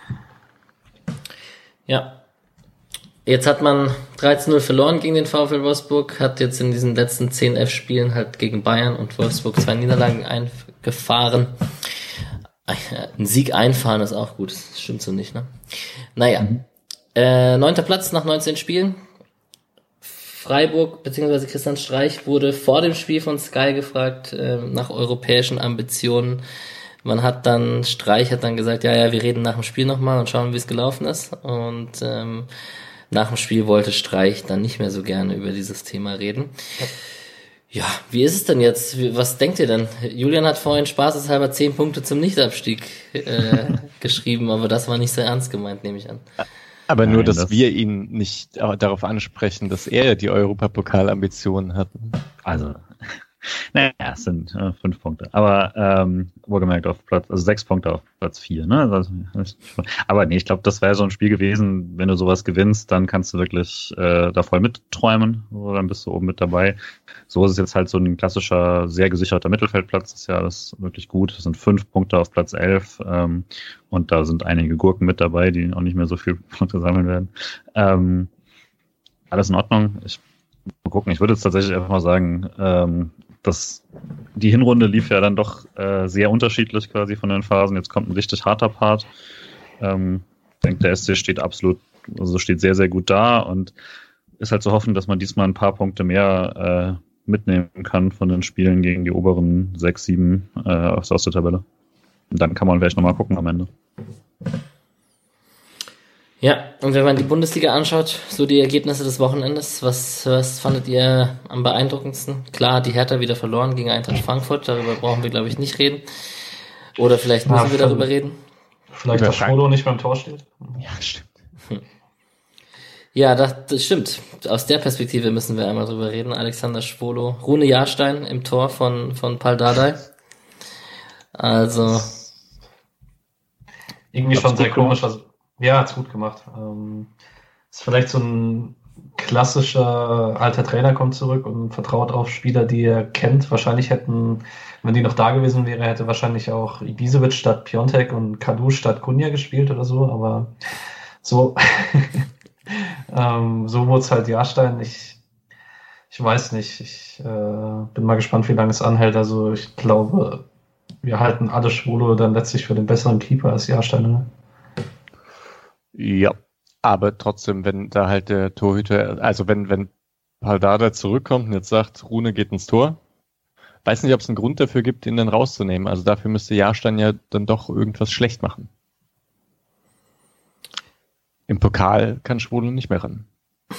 Ja. Jetzt hat man 13-0 verloren gegen den VfL Wolfsburg, hat jetzt in diesen letzten 10 F-Spielen halt gegen Bayern und Wolfsburg 2 Niederlagen eingefahren. Ein Sieg einfahren ist auch gut, das stimmt so nicht, ne? Naja, 9. Platz nach 19 Spielen. Freiburg bzw. Christian Streich wurde vor dem Spiel von Sky gefragt nach europäischen Ambitionen. Streich hat dann gesagt, ja, wir reden nach dem Spiel nochmal und schauen, wie es gelaufen ist. Und nach dem Spiel wollte Streich dann nicht mehr so gerne über dieses Thema reden. Ja, wie ist es denn jetzt? Was denkt ihr denn? Julian hat vorhin spaßeshalber 10 Punkte zum Nichtabstieg geschrieben, aber das war nicht so ernst gemeint, nehme ich an. Aber nur, dass wir ihn nicht darauf ansprechen, dass er die Europapokal-Ambitionen hat. Also, naja, es sind 5 Punkte. Aber wohlgemerkt 6 Punkte auf Platz 4. Ne? Aber nee, ich glaube, das wäre so ein Spiel gewesen, wenn du sowas gewinnst, dann kannst du wirklich da voll mitträumen. So, dann bist du oben mit dabei. So ist es jetzt halt so ein klassischer, sehr gesicherter Mittelfeldplatz. Das ist ja alles wirklich gut. Das sind 5 Punkte auf Platz 11. Und da sind einige Gurken mit dabei, die auch nicht mehr so viel Punkte sammeln werden. Alles in Ordnung. Mal gucken. Ich würde jetzt tatsächlich einfach mal sagen, dass die Hinrunde lief ja dann doch sehr unterschiedlich quasi von den Phasen. Jetzt kommt ein richtig harter Part. Ich denke, der SC steht steht sehr, sehr gut da und ist halt zu hoffen, dass man diesmal ein paar Punkte mehr mitnehmen kann von den Spielen gegen die oberen 6, 7 aus der Tabelle. Und dann kann man vielleicht nochmal gucken am Ende. Ja, und wenn man die Bundesliga anschaut, so die Ergebnisse des Wochenendes, was fandet ihr am beeindruckendsten? Klar, die Hertha wieder verloren gegen Eintracht Frankfurt, darüber brauchen wir, glaube ich, nicht reden. Oder vielleicht müssen wir darüber reden. Vielleicht, dass Schwolo nicht beim Tor steht. Ja, stimmt. Ja, das stimmt. Aus der Perspektive müssen wir einmal drüber reden. Alexander Schwolo, Rune Jahrstein im Tor von Pal Dardai. Also. Irgendwie schon sehr komisch. Also, ja, hat's gut gemacht. Ist vielleicht so ein klassischer alter Trainer kommt zurück und vertraut auf Spieler, die er kennt. Wahrscheinlich hätten, wenn die noch da gewesen wäre, hätte wahrscheinlich auch Ibisevic statt Piontek und Kadu statt Kunja gespielt oder so. Aber so, so wurde es halt Jahrstein. Ich weiß nicht. Ich bin mal gespannt, wie lange es anhält. Also ich glaube, wir halten alle Schwolo dann letztlich für den besseren Keeper als Jahrstein. Ne? Ja, aber trotzdem, wenn da halt der Torhüter, also wenn Paldada zurückkommt und jetzt sagt, Rune geht ins Tor, weiß nicht, ob es einen Grund dafür gibt, ihn dann rauszunehmen. Also dafür müsste Jahrstein ja dann doch irgendwas schlecht machen. Im Pokal kann Schwolo nicht mehr ran.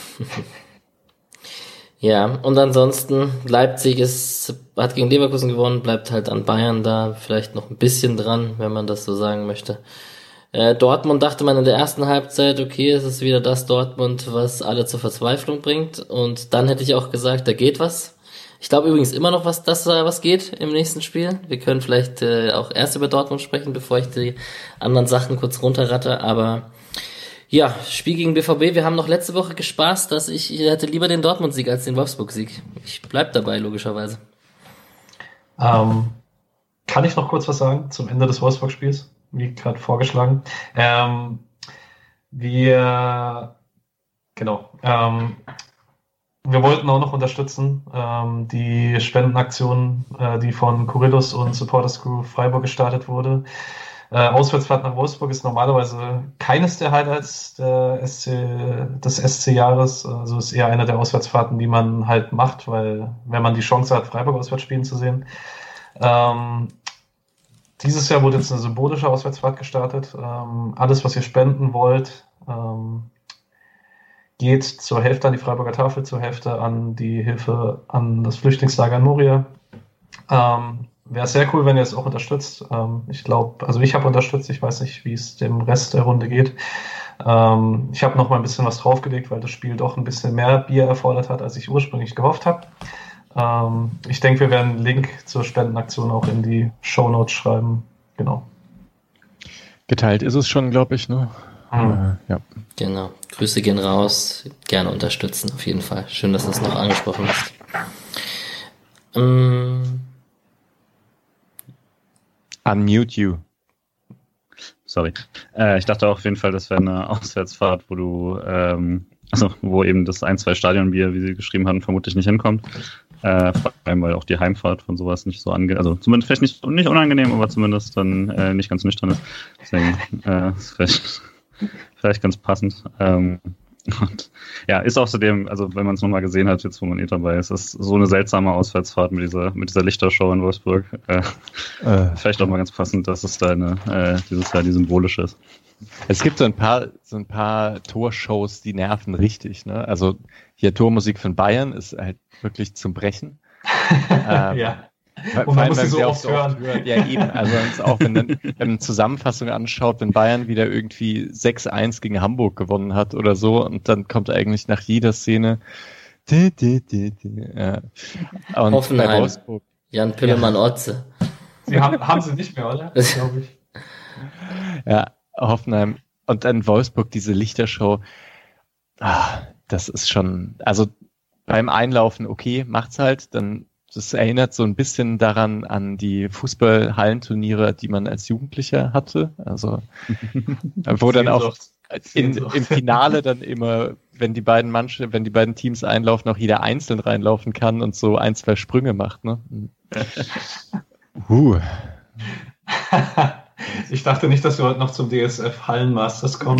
Ja, und ansonsten, Leipzig hat gegen Leverkusen gewonnen, bleibt halt an Bayern da vielleicht noch ein bisschen dran, wenn man das so sagen möchte. Dortmund dachte man in der ersten Halbzeit, okay, es ist wieder das Dortmund, was alle zur Verzweiflung bringt. Und dann hätte ich auch gesagt, da geht was. Ich glaube übrigens immer noch, dass da was geht im nächsten Spiel. Wir können vielleicht auch erst über Dortmund sprechen, bevor ich die anderen Sachen kurz runterratte. Aber ja, Spiel gegen BVB. Wir haben noch letzte Woche gespaßt, dass ich hätte lieber den Dortmund-Sieg als den Wolfsburg-Sieg. Ich bleib dabei, logischerweise. Kann ich noch kurz was sagen zum Ende des Wolfsburg-Spiels? Wie gerade vorgeschlagen. Wir wollten auch noch unterstützen die Spendenaktion, die von Corillus und Supporters Crew Freiburg gestartet wurde. Auswärtsfahrt nach Wolfsburg ist normalerweise keines der Highlights des SC-Jahres. Also ist eher eine der Auswärtsfahrten, die man halt macht, weil wenn man die Chance hat, Freiburg auswärts spielen zu sehen. Dieses Jahr wurde jetzt eine symbolische Auswärtsfahrt gestartet. Alles, was ihr spenden wollt, geht zur Hälfte an die Freiburger Tafel, zur Hälfte an die Hilfe an das Flüchtlingslager in Moria. Wäre sehr cool, wenn ihr es auch unterstützt. Ich glaube, also ich habe unterstützt, ich weiß nicht, wie es dem Rest der Runde geht. Ich habe noch mal ein bisschen was draufgelegt, weil das Spiel doch ein bisschen mehr Bier erfordert hat, als ich ursprünglich gehofft habe. Ich denke, wir werden einen Link zur Spendenaktion auch in die Shownotes schreiben. Genau. Geteilt ist es schon, glaube ich, ne? Ja. Genau. Grüße gehen raus. Gerne unterstützen, auf jeden Fall. Schön, dass du es noch angesprochen hast. Unmute you. Sorry. Ich dachte auf jeden Fall, das wäre eine Auswärtsfahrt, wo du, wo eben das 1-2 Stadionbier, wie sie geschrieben hatten, vermutlich nicht hinkommt. Vor allem, weil auch die Heimfahrt von sowas nicht so angeht. Also zumindest vielleicht nicht unangenehm, aber zumindest dann nicht ganz nüchtern ist. Deswegen ist vielleicht ganz passend. Und ja, ist außerdem, also wenn man es nochmal gesehen hat, jetzt wo man dabei ist so eine seltsame Auswärtsfahrt mit dieser Lichtershow in Wolfsburg. Vielleicht auch mal ganz passend, dass es da dieses Jahr die symbolische ist. Es gibt so ein paar Torshows, die nerven richtig, ne? Also hier Tormusik von Bayern ist halt wirklich zum Brechen. Ja. Und man muss sie so oft hören. Ja, eben. Also auch wenn man eine Zusammenfassung anschaut, wenn Bayern wieder irgendwie 6-1 gegen Hamburg gewonnen hat oder so, und dann kommt eigentlich nach jeder Szene ja. Und Hoffenheim. bei Wolfsburg. Jan Pillemann-Otze. Sie haben sie nicht mehr, oder? Glaube ich. Ja, Hoffenheim. Und dann Wolfsburg, diese Lichtershow. Das ist schon, also beim Einlaufen, okay, macht's halt, dann das erinnert so ein bisschen daran an die Fußballhallenturniere, die man als Jugendlicher hatte. Also wo dann auch im Finale dann immer, wenn die beiden Teams einlaufen, auch jeder einzeln reinlaufen kann und so 1-2 Sprünge macht. Ne? Ich dachte nicht, dass wir heute noch zum DSF Hallenmasters kommen.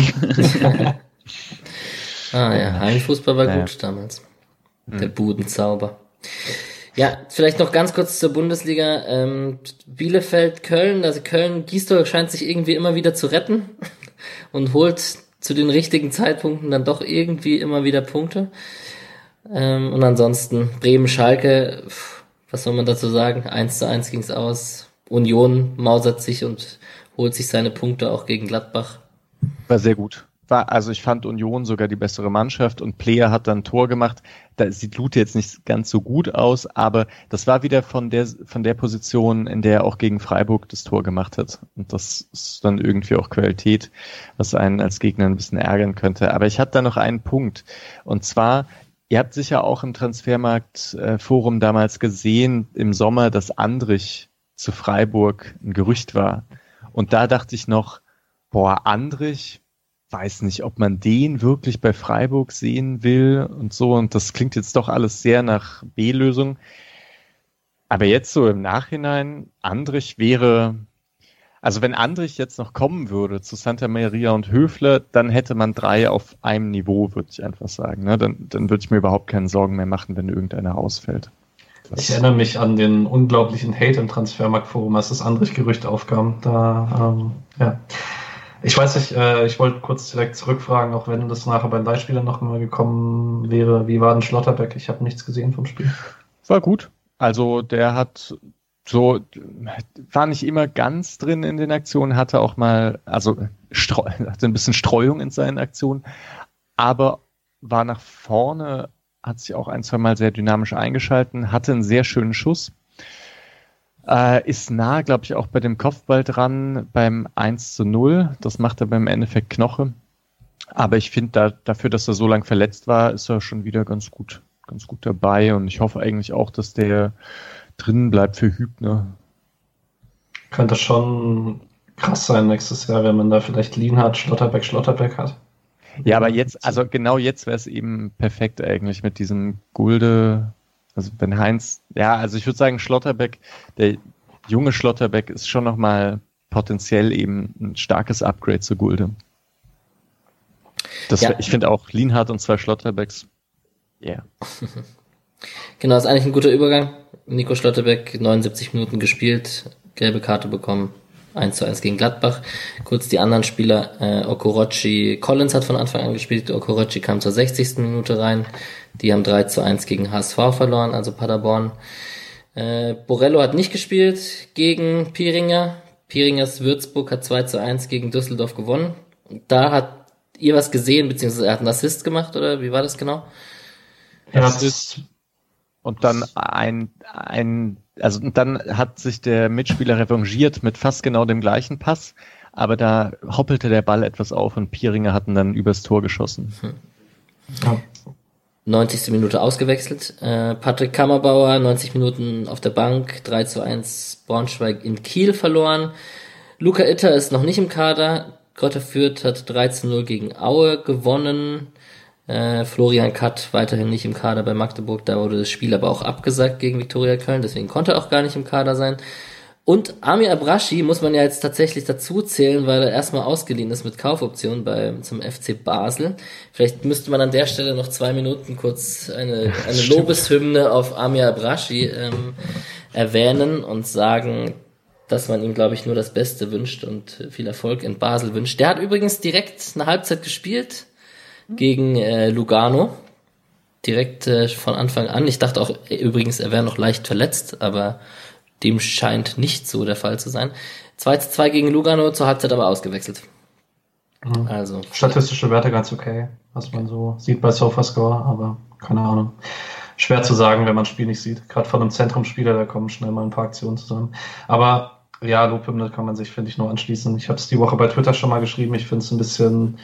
Hallenfußball war gut damals. Der Budenzauber. Ja, vielleicht noch ganz kurz zur Bundesliga. Bielefeld, Köln, also Gisdol scheint sich irgendwie immer wieder zu retten und holt zu den richtigen Zeitpunkten dann doch irgendwie immer wieder Punkte. Und ansonsten Bremen, Schalke, was soll man dazu sagen? 1-1 ging's aus. Union mausert sich und holt sich seine Punkte auch gegen Gladbach. War sehr gut. ich fand Union sogar die bessere Mannschaft und Player hat dann ein Tor gemacht. Da sieht Lute jetzt nicht ganz so gut aus, aber das war wieder von der Position, in der er auch gegen Freiburg das Tor gemacht hat. Und das ist dann irgendwie auch Qualität, was einen als Gegner ein bisschen ärgern könnte. Aber ich hatte da noch einen Punkt. Und zwar, ihr habt sicher auch im Transfermarkt-Forum damals gesehen, im Sommer, dass Andrich zu Freiburg ein Gerücht war. Und da dachte ich noch, Andrich, weiß nicht, ob man den wirklich bei Freiburg sehen will und so. Und das klingt jetzt doch alles sehr nach B-Lösung. Aber jetzt so im Nachhinein, Andrich wäre, also wenn Andrich jetzt noch kommen würde zu Santa Maria und Höfler, dann hätte man 3 auf einem Niveau, würde ich einfach sagen. Ne? Dann würde ich mir überhaupt keine Sorgen mehr machen, wenn irgendeiner ausfällt. Ich erinnere mich an den unglaublichen Hate im Transfermarktforum, als das Andrich-Gerücht aufkam. Ja. Ich weiß nicht, ich wollte kurz direkt zurückfragen, auch wenn das nachher beim Leihspieler noch mal gekommen wäre. Wie war denn Schlotterbeck? Ich habe nichts gesehen vom Spiel. War gut. Also der war nicht immer ganz drin in den Aktionen, hatte auch mal, hatte ein bisschen Streuung in seinen Aktionen, aber war nach vorne, hat sich auch 1-2 Mal sehr dynamisch eingeschalten, hatte einen sehr schönen Schuss. Ist nah, glaube ich, auch bei dem Kopfball dran beim 1:0. Das macht er beim Endeffekt Knoche. Aber ich finde, dafür, dass er so lange verletzt war, ist er schon wieder ganz gut dabei. Und ich hoffe eigentlich auch, dass der drinnen bleibt für Hübner. Könnte schon krass sein nächstes Jahr, wenn man da vielleicht Lienhardt, Schlotterbeck hat. Ja, aber jetzt, also genau jetzt wäre es eben perfekt eigentlich mit diesem Gulde. Also wenn Heinz, also ich würde sagen Schlotterbeck, der junge Schlotterbeck ist schon nochmal potenziell eben ein starkes Upgrade zu Gulde. Ich finde auch Lienhardt und 2 Schlotterbecks, Genau, ist eigentlich ein guter Übergang. Nico Schlotterbeck, 79 Minuten gespielt, gelbe Karte bekommen, 1:1 gegen Gladbach. Kurz die anderen Spieler, Okorochi, Collins hat von Anfang an gespielt, Okorochi kam zur 60. Minute rein, die haben 3:1 gegen HSV verloren, also Paderborn. Borello hat nicht gespielt gegen Piringer. Piringers Würzburg hat 2:1 gegen Düsseldorf gewonnen. Da hat ihr was gesehen, beziehungsweise er hat einen Assist gemacht, oder wie war das genau? Und dann dann hat sich der Mitspieler revanchiert mit fast genau dem gleichen Pass, aber da hoppelte der Ball etwas auf und Piringer hatten dann übers Tor geschossen. 90. Minute ausgewechselt. Patrick Kammerbauer, 90 Minuten auf der Bank, 3:1 Braunschweig in Kiel verloren. Luca Itter ist noch nicht im Kader. Greuther Fürth hat 13:0 gegen Aue gewonnen. Florian Katt weiterhin nicht im Kader bei Magdeburg, da wurde das Spiel aber auch abgesagt gegen Viktoria Köln, deswegen konnte er auch gar nicht im Kader sein. Und Amir Abraschi muss man ja jetzt tatsächlich dazu zählen, weil er erstmal ausgeliehen ist mit Kaufoption zum FC Basel. Vielleicht müsste man an der Stelle noch 2 Minuten kurz eine Lobeshymne auf Amir Abraschi erwähnen und sagen, dass man ihm, glaube ich, nur das Beste wünscht und viel Erfolg in Basel wünscht. Der hat übrigens direkt eine Halbzeit gespielt gegen Lugano, direkt von Anfang an. Ich dachte auch übrigens, er wäre noch leicht verletzt, aber dem scheint nicht so der Fall zu sein. 2:2 gegen Lugano, zur Halbzeit aber ausgewechselt. Also statistische Werte ganz okay, was man so sieht bei SofaScore, aber keine Ahnung. Schwer zu sagen, wenn man das Spiel nicht sieht. Gerade von einem Zentrumsspieler, da kommen schnell mal ein paar Aktionen zusammen. Aber ja, Lobhymne kann man sich, finde ich, nur anschließen. Ich habe es die Woche bei Twitter schon mal geschrieben. Ich finde es ein bisschen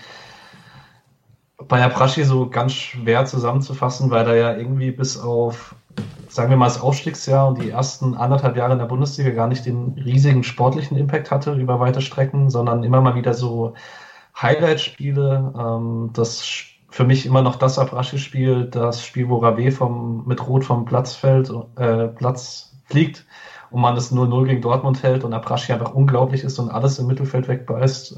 bei Abraschi so ganz schwer zusammenzufassen, weil er ja irgendwie bis auf, sagen wir mal, das Aufstiegsjahr und die ersten 1,5 Jahre in der Bundesliga gar nicht den riesigen sportlichen Impact hatte über weite Strecken, sondern immer mal wieder so Highlight-Spiele. Das für mich immer noch das Abraschi-Spiel, das Spiel, wo Rave mit Rot vom Platz fliegt und man das 0:0 gegen Dortmund hält und Abraschi einfach unglaublich ist und alles im Mittelfeld wegbeißt.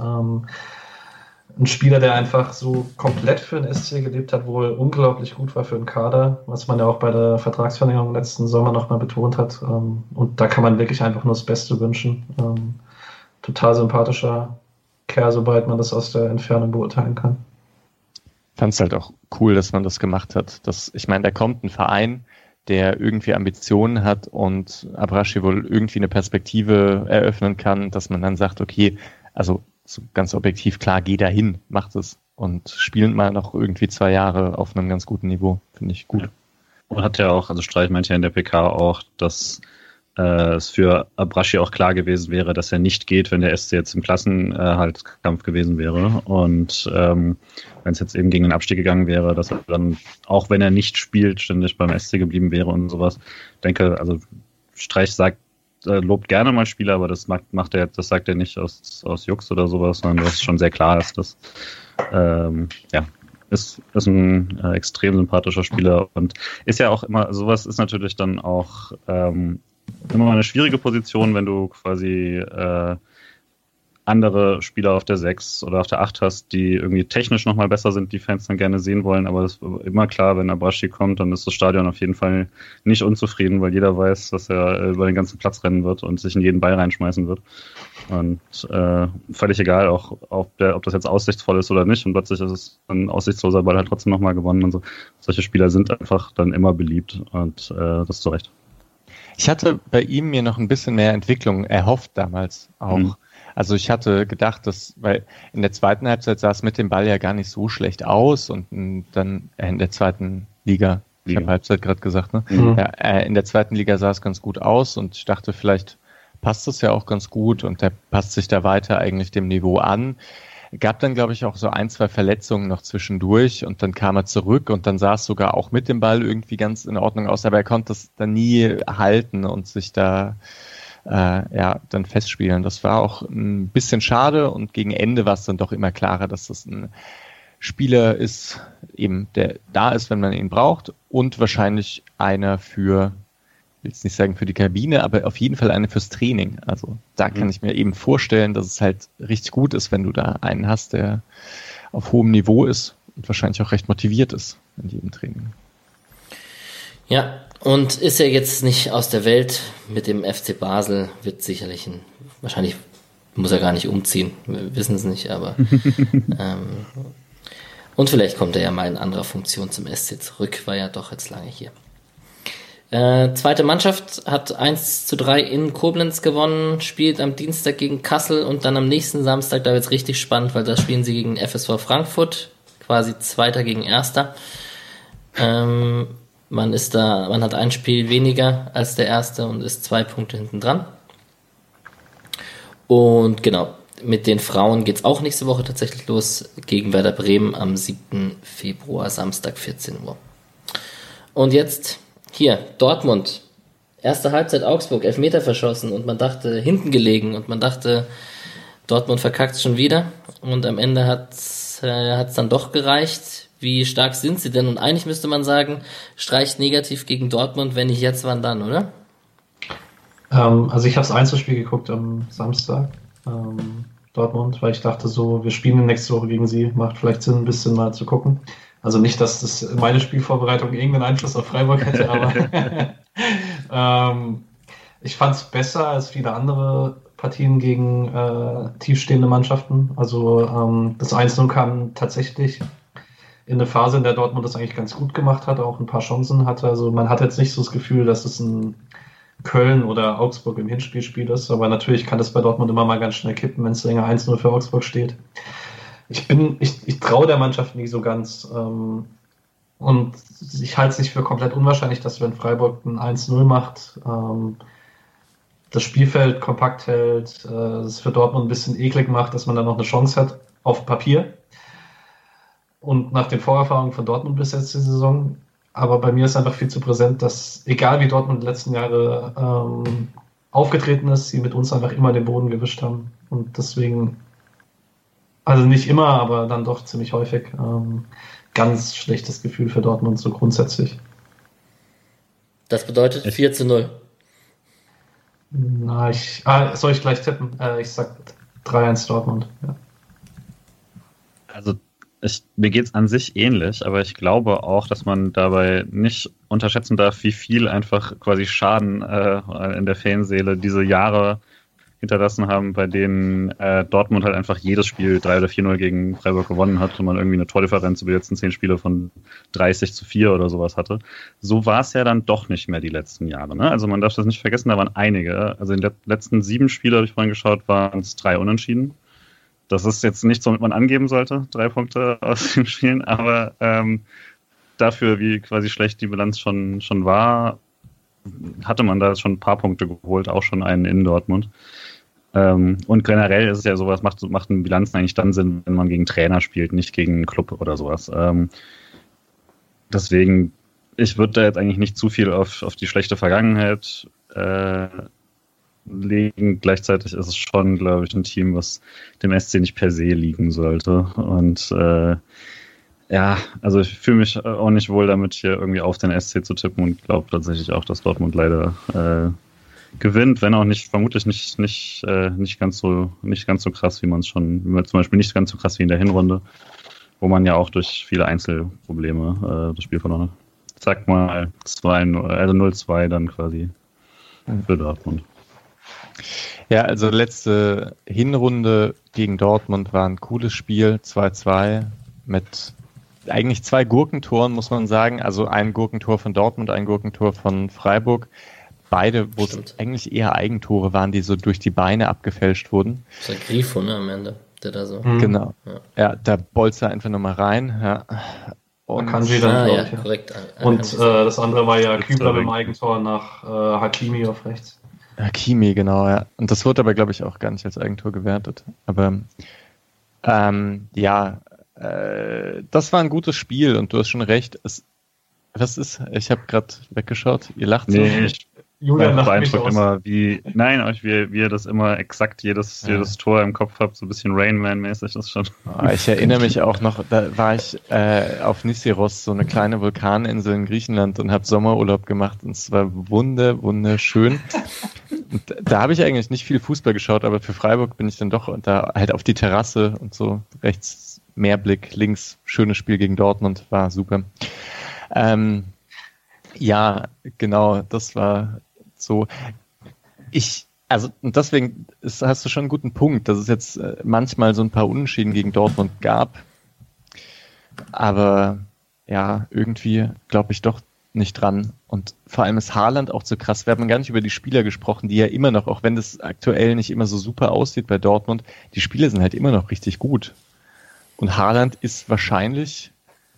Ein Spieler, der einfach so komplett für den SC gelebt hat, wohl unglaublich gut war für den Kader, was man ja auch bei der Vertragsverlängerung letzten Sommer nochmal betont hat. Und da kann man wirklich einfach nur das Beste wünschen. Total sympathischer Kerl, sobald man das aus der Entfernung beurteilen kann. Ich fand es halt auch cool, dass man das gemacht hat. Ich meine, da kommt ein Verein, der irgendwie Ambitionen hat und Abraschi wohl irgendwie eine Perspektive eröffnen kann, dass man dann sagt, okay, also so ganz objektiv, klar, geh dahin, macht es. und spielen mal noch irgendwie 2 Jahre auf einem ganz guten Niveau. Finde ich gut. Und hat ja auch, also Streich meinte ja in der PK auch, dass es für Abraschi auch klar gewesen wäre, dass er nicht geht, wenn der SC jetzt im Klassenhaltkampf gewesen wäre. Und wenn es jetzt eben gegen den Abstieg gegangen wäre, dass er dann, auch wenn er nicht spielt, ständig beim SC geblieben wäre und sowas. Ich denke, also Streich lobt gerne mal Spieler, aber das sagt er nicht aus Jux oder sowas, sondern das ist schon sehr klar, dass das ist ein extrem sympathischer Spieler und ist ja auch immer, sowas ist natürlich dann auch immer mal eine schwierige Position, wenn du quasi andere Spieler auf der 6 oder auf der 8 hast, die irgendwie technisch nochmal besser sind, die Fans dann gerne sehen wollen, aber es ist immer klar, wenn Abraschi kommt, dann ist das Stadion auf jeden Fall nicht unzufrieden, weil jeder weiß, dass er über den ganzen Platz rennen wird und sich in jeden Ball reinschmeißen wird. Und völlig egal, auch ob das jetzt aussichtsvoll ist oder nicht, und plötzlich ist es ein aussichtsloser Ball, hat trotzdem nochmal gewonnen und so. Solche Spieler sind einfach dann immer beliebt und das zu Recht. Ich hatte bei ihm mir noch ein bisschen mehr Entwicklung erhofft damals auch. Mhm. Also ich hatte gedacht, weil in der zweiten Halbzeit sah es mit dem Ball ja gar nicht so schlecht aus und dann in der zweiten Liga, ich habe Halbzeit gerade gesagt, ne? Mhm. Ja, in der zweiten Liga sah es ganz gut aus und ich dachte, vielleicht passt das ja auch ganz gut und der passt sich da weiter eigentlich dem Niveau an. Gab dann, glaube ich, auch so 1, 2 Verletzungen noch zwischendurch und dann kam er zurück und dann sah es sogar auch mit dem Ball irgendwie ganz in Ordnung aus, aber er konnte das dann nie halten und sich da dann festspielen. Das war auch ein bisschen schade und gegen Ende war es dann doch immer klarer, dass das ein Spieler ist, eben der da ist, wenn man ihn braucht und wahrscheinlich einer ich will jetzt nicht sagen für die Kabine, aber auf jeden Fall eine fürs Training. Also da kann ich mir eben vorstellen, dass es halt richtig gut ist, wenn du da einen hast, der auf hohem Niveau ist und wahrscheinlich auch recht motiviert ist in jedem Training. Ja, und ist ja jetzt nicht aus der Welt mit dem FC Basel, wird sicherlich wahrscheinlich muss er gar nicht umziehen, wir wissen es nicht, aber und vielleicht kommt er ja mal in anderer Funktion zum SC zurück, war ja doch jetzt lange hier. Zweite Mannschaft hat 1:3 in Koblenz gewonnen, spielt am Dienstag gegen Kassel und dann am nächsten Samstag, da wird's richtig spannend, weil da spielen sie gegen FSV Frankfurt, quasi Zweiter gegen Erster. Man hat ein Spiel weniger als der Erste und ist 2 Punkte hinten dran. Und genau, mit den Frauen geht's auch nächste Woche tatsächlich los, gegen Werder Bremen am 7. Februar, Samstag 14 Uhr. Und jetzt hier, Dortmund, erste Halbzeit Augsburg, Elfmeter verschossen und man dachte, hinten gelegen und man dachte, Dortmund verkackt schon wieder und am Ende hat's dann doch gereicht. Wie stark sind sie denn? Und eigentlich müsste man sagen, Streich negativ gegen Dortmund, wenn nicht jetzt, wann dann, oder? Also ich habe das Einzelspiel geguckt am Samstag, Dortmund, weil ich dachte so, wir spielen nächste Woche gegen sie, macht vielleicht Sinn, ein bisschen mal zu gucken. Also nicht, dass das meine Spielvorbereitung irgendeinen Einfluss auf Freiburg hätte, aber ich fand es besser als viele andere Partien gegen tiefstehende Mannschaften. Also das 1:0 kam tatsächlich in eine Phase, in der Dortmund das eigentlich ganz gut gemacht hat, auch ein paar Chancen hatte. Also man hat jetzt nicht so das Gefühl, dass es ein Köln oder Augsburg im Hinspielspiel ist, aber natürlich kann das bei Dortmund immer mal ganz schnell kippen, wenn es länger 1:0 für Augsburg steht. Ich traue der Mannschaft nie so ganz und ich halte es nicht für komplett unwahrscheinlich, dass wenn Freiburg ein 1:0 macht, das Spielfeld kompakt hält, es für Dortmund ein bisschen eklig macht, dass man dann noch eine Chance hat auf Papier. Und nach den Vorerfahrungen von Dortmund bis jetzt die Saison, aber bei mir ist einfach viel zu präsent, dass egal wie Dortmund die letzten Jahre aufgetreten ist, sie mit uns einfach immer den Boden gewischt haben und deswegen, also nicht immer, aber dann doch ziemlich häufig, ganz schlechtes Gefühl für Dortmund so grundsätzlich. Das bedeutet 4:0. Na, soll ich gleich tippen? Ich sag 3:1 Dortmund. Ja. Also mir geht's an sich ähnlich, aber ich glaube auch, dass man dabei nicht unterschätzen darf, wie viel einfach quasi Schaden in der Fanseele diese Jahre hinterlassen haben, bei denen Dortmund halt einfach jedes Spiel 3 oder 4:0 gegen Freiburg gewonnen hat und man irgendwie eine Tordifferenz über die letzten 10 Spiele von 30:4 oder sowas hatte. So war es ja dann doch nicht mehr die letzten Jahre. Ne? Also man darf das nicht vergessen, da waren einige. Also in den letzten 7 Spiele, habe ich vorhin geschaut, waren es 3 Unentschieden. Das ist jetzt nichts, womit man angeben sollte, 3 Punkte aus den Spielen, aber dafür, wie quasi schlecht die Bilanz schon war, hatte man da schon ein paar Punkte geholt, auch schon einen in Dortmund. Und generell ist es ja sowas, macht eine Bilanz eigentlich dann Sinn, wenn man gegen Trainer spielt, nicht gegen einen Club oder sowas. Deswegen, ich würde da jetzt eigentlich nicht zu viel auf die schlechte Vergangenheit legen. Gleichzeitig ist es schon, glaube ich, ein Team, was dem SC nicht per se liegen sollte. Und also ich fühle mich auch nicht wohl damit, hier irgendwie auf den SC zu tippen und glaube tatsächlich auch, dass Dortmund leider gewinnt, wenn auch vermutlich nicht ganz so krass, wie zum Beispiel nicht ganz so krass wie in der Hinrunde, wo man ja auch durch viele Einzelprobleme das Spiel verloren hat. Sag mal 0-2 dann quasi für Dortmund. Ja, also letzte Hinrunde gegen Dortmund war ein cooles Spiel, 2-2 mit eigentlich 2 Gurkentoren, muss man sagen. Also ein Gurkentor von Dortmund, ein Gurkentor von Freiburg. Beide, wo es eigentlich eher Eigentore waren, die so durch die Beine abgefälscht wurden. Das war Grifo, ne, am Ende, der da so. Genau. Ja, da bolzt er einfach nochmal rein. Ja. Und Akanji dann, ja, korrekt. Und das andere war ja Kübler mit dem Eigentor nach Hakimi auf rechts. Hakimi, genau, ja. Und das wurde aber, glaube ich, auch gar nicht als Eigentor gewertet. Aber das war ein gutes Spiel und du hast schon recht. Ich habe gerade weggeschaut, ihr lacht so. Nee, Julian beeindruckt immer, wie ihr das immer exakt jedes Tor im Kopf habt, so ein bisschen Rain Man-mäßig, das schon. Ich erinnere mich auch noch, da war ich auf Nisyros, so eine kleine Vulkaninsel in Griechenland und habe Sommerurlaub gemacht und es war wunderschön. Und da habe ich eigentlich nicht viel Fußball geschaut, aber für Freiburg bin ich dann doch da halt auf die Terrasse und so rechts Meerblick, links schönes Spiel gegen Dortmund, war super. Ja, genau, das war so. Und deswegen hast du schon einen guten Punkt, dass es jetzt manchmal so ein paar Unentschieden gegen Dortmund gab. Aber ja, irgendwie glaube ich doch nicht dran. Und vor allem ist Haaland auch zu krass. Wir haben gar nicht über die Spieler gesprochen, die ja immer noch, auch wenn das aktuell nicht immer so super aussieht bei Dortmund, die Spieler sind halt immer noch richtig gut. Und Haaland ist wahrscheinlich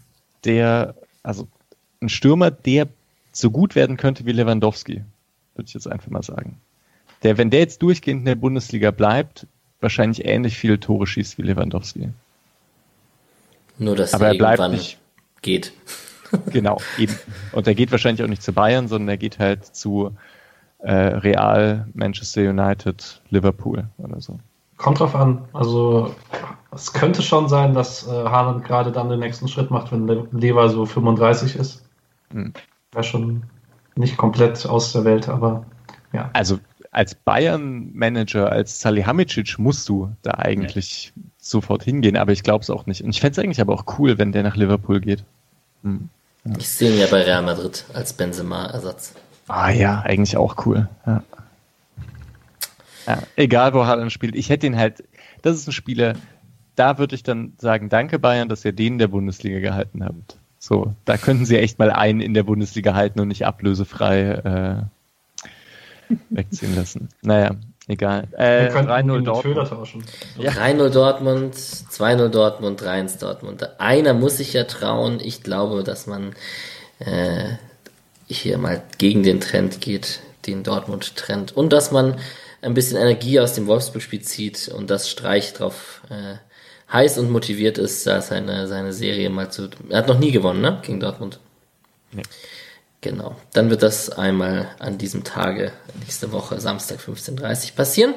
ein Stürmer, der so gut werden könnte wie Lewandowski, würde ich jetzt einfach mal sagen. Wenn der jetzt durchgehend in der Bundesliga bleibt, wahrscheinlich ähnlich viele Tore schießt wie Lewandowski. Nur, dass aber er bleibt irgendwann nicht, geht. Genau, eben. Und er geht wahrscheinlich auch nicht zu Bayern, sondern er geht halt zu Real, Manchester United, Liverpool oder so. Kommt drauf an. Also es könnte schon sein, dass Haaland gerade dann den nächsten Schritt macht, wenn Lever so 35 ist. Wäre schon nicht komplett aus der Welt, aber ja. Also als Bayern-Manager, als Salihamidzic musst du da eigentlich sofort hingehen, aber ich glaube es auch nicht. Und ich fände es eigentlich aber auch cool, wenn der nach Liverpool geht. Ja. Ich sehe ihn ja bei Real Madrid als Benzema-Ersatz. Ah ja, eigentlich auch cool. Ja. Ja, egal, wo Haaland spielt. Ich hätte ihn halt, das ist ein Spieler, da würde ich dann sagen, danke Bayern, dass ihr den in der Bundesliga gehalten habt. So, da könnten sie echt mal einen in der Bundesliga halten und nicht ablösefrei wegziehen lassen. Naja, egal. 3-0 Dortmund. Ja. 3-0 Dortmund, 2-0 Dortmund, 3-1 Dortmund. Einer muss sich ja trauen. Ich glaube, dass man hier mal gegen den Trend geht, den Dortmund-Trend. Und dass man ein bisschen Energie aus dem Wolfsburg-Spiel zieht und dass Streich drauf heiß und motiviert ist, da seine Serie mal zu... Er hat noch nie gewonnen, ne? Gegen Dortmund. Nee. Genau. Dann wird das einmal an diesem Tage, nächste Woche, Samstag 15:30 Uhr passieren.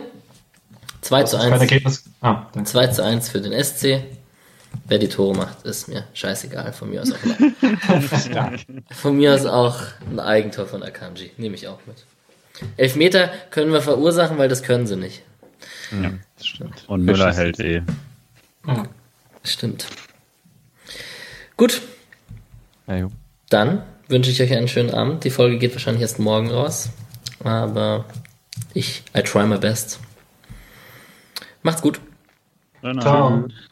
2-1. 2-1 für den SC. Wer die Tore macht, ist mir scheißegal. Von mir aus auch von mir aus auch ein Eigentor von Akanji. Nehme ich auch mit. Elfmeter können wir verursachen, weil das können sie nicht. Ja, das stimmt. Und Müller hält eh. Ja. Stimmt. Gut. Ja, dann wünsche ich euch einen schönen Abend. Die Folge geht wahrscheinlich erst morgen raus. Aber I try my best. Macht's gut. Ciao.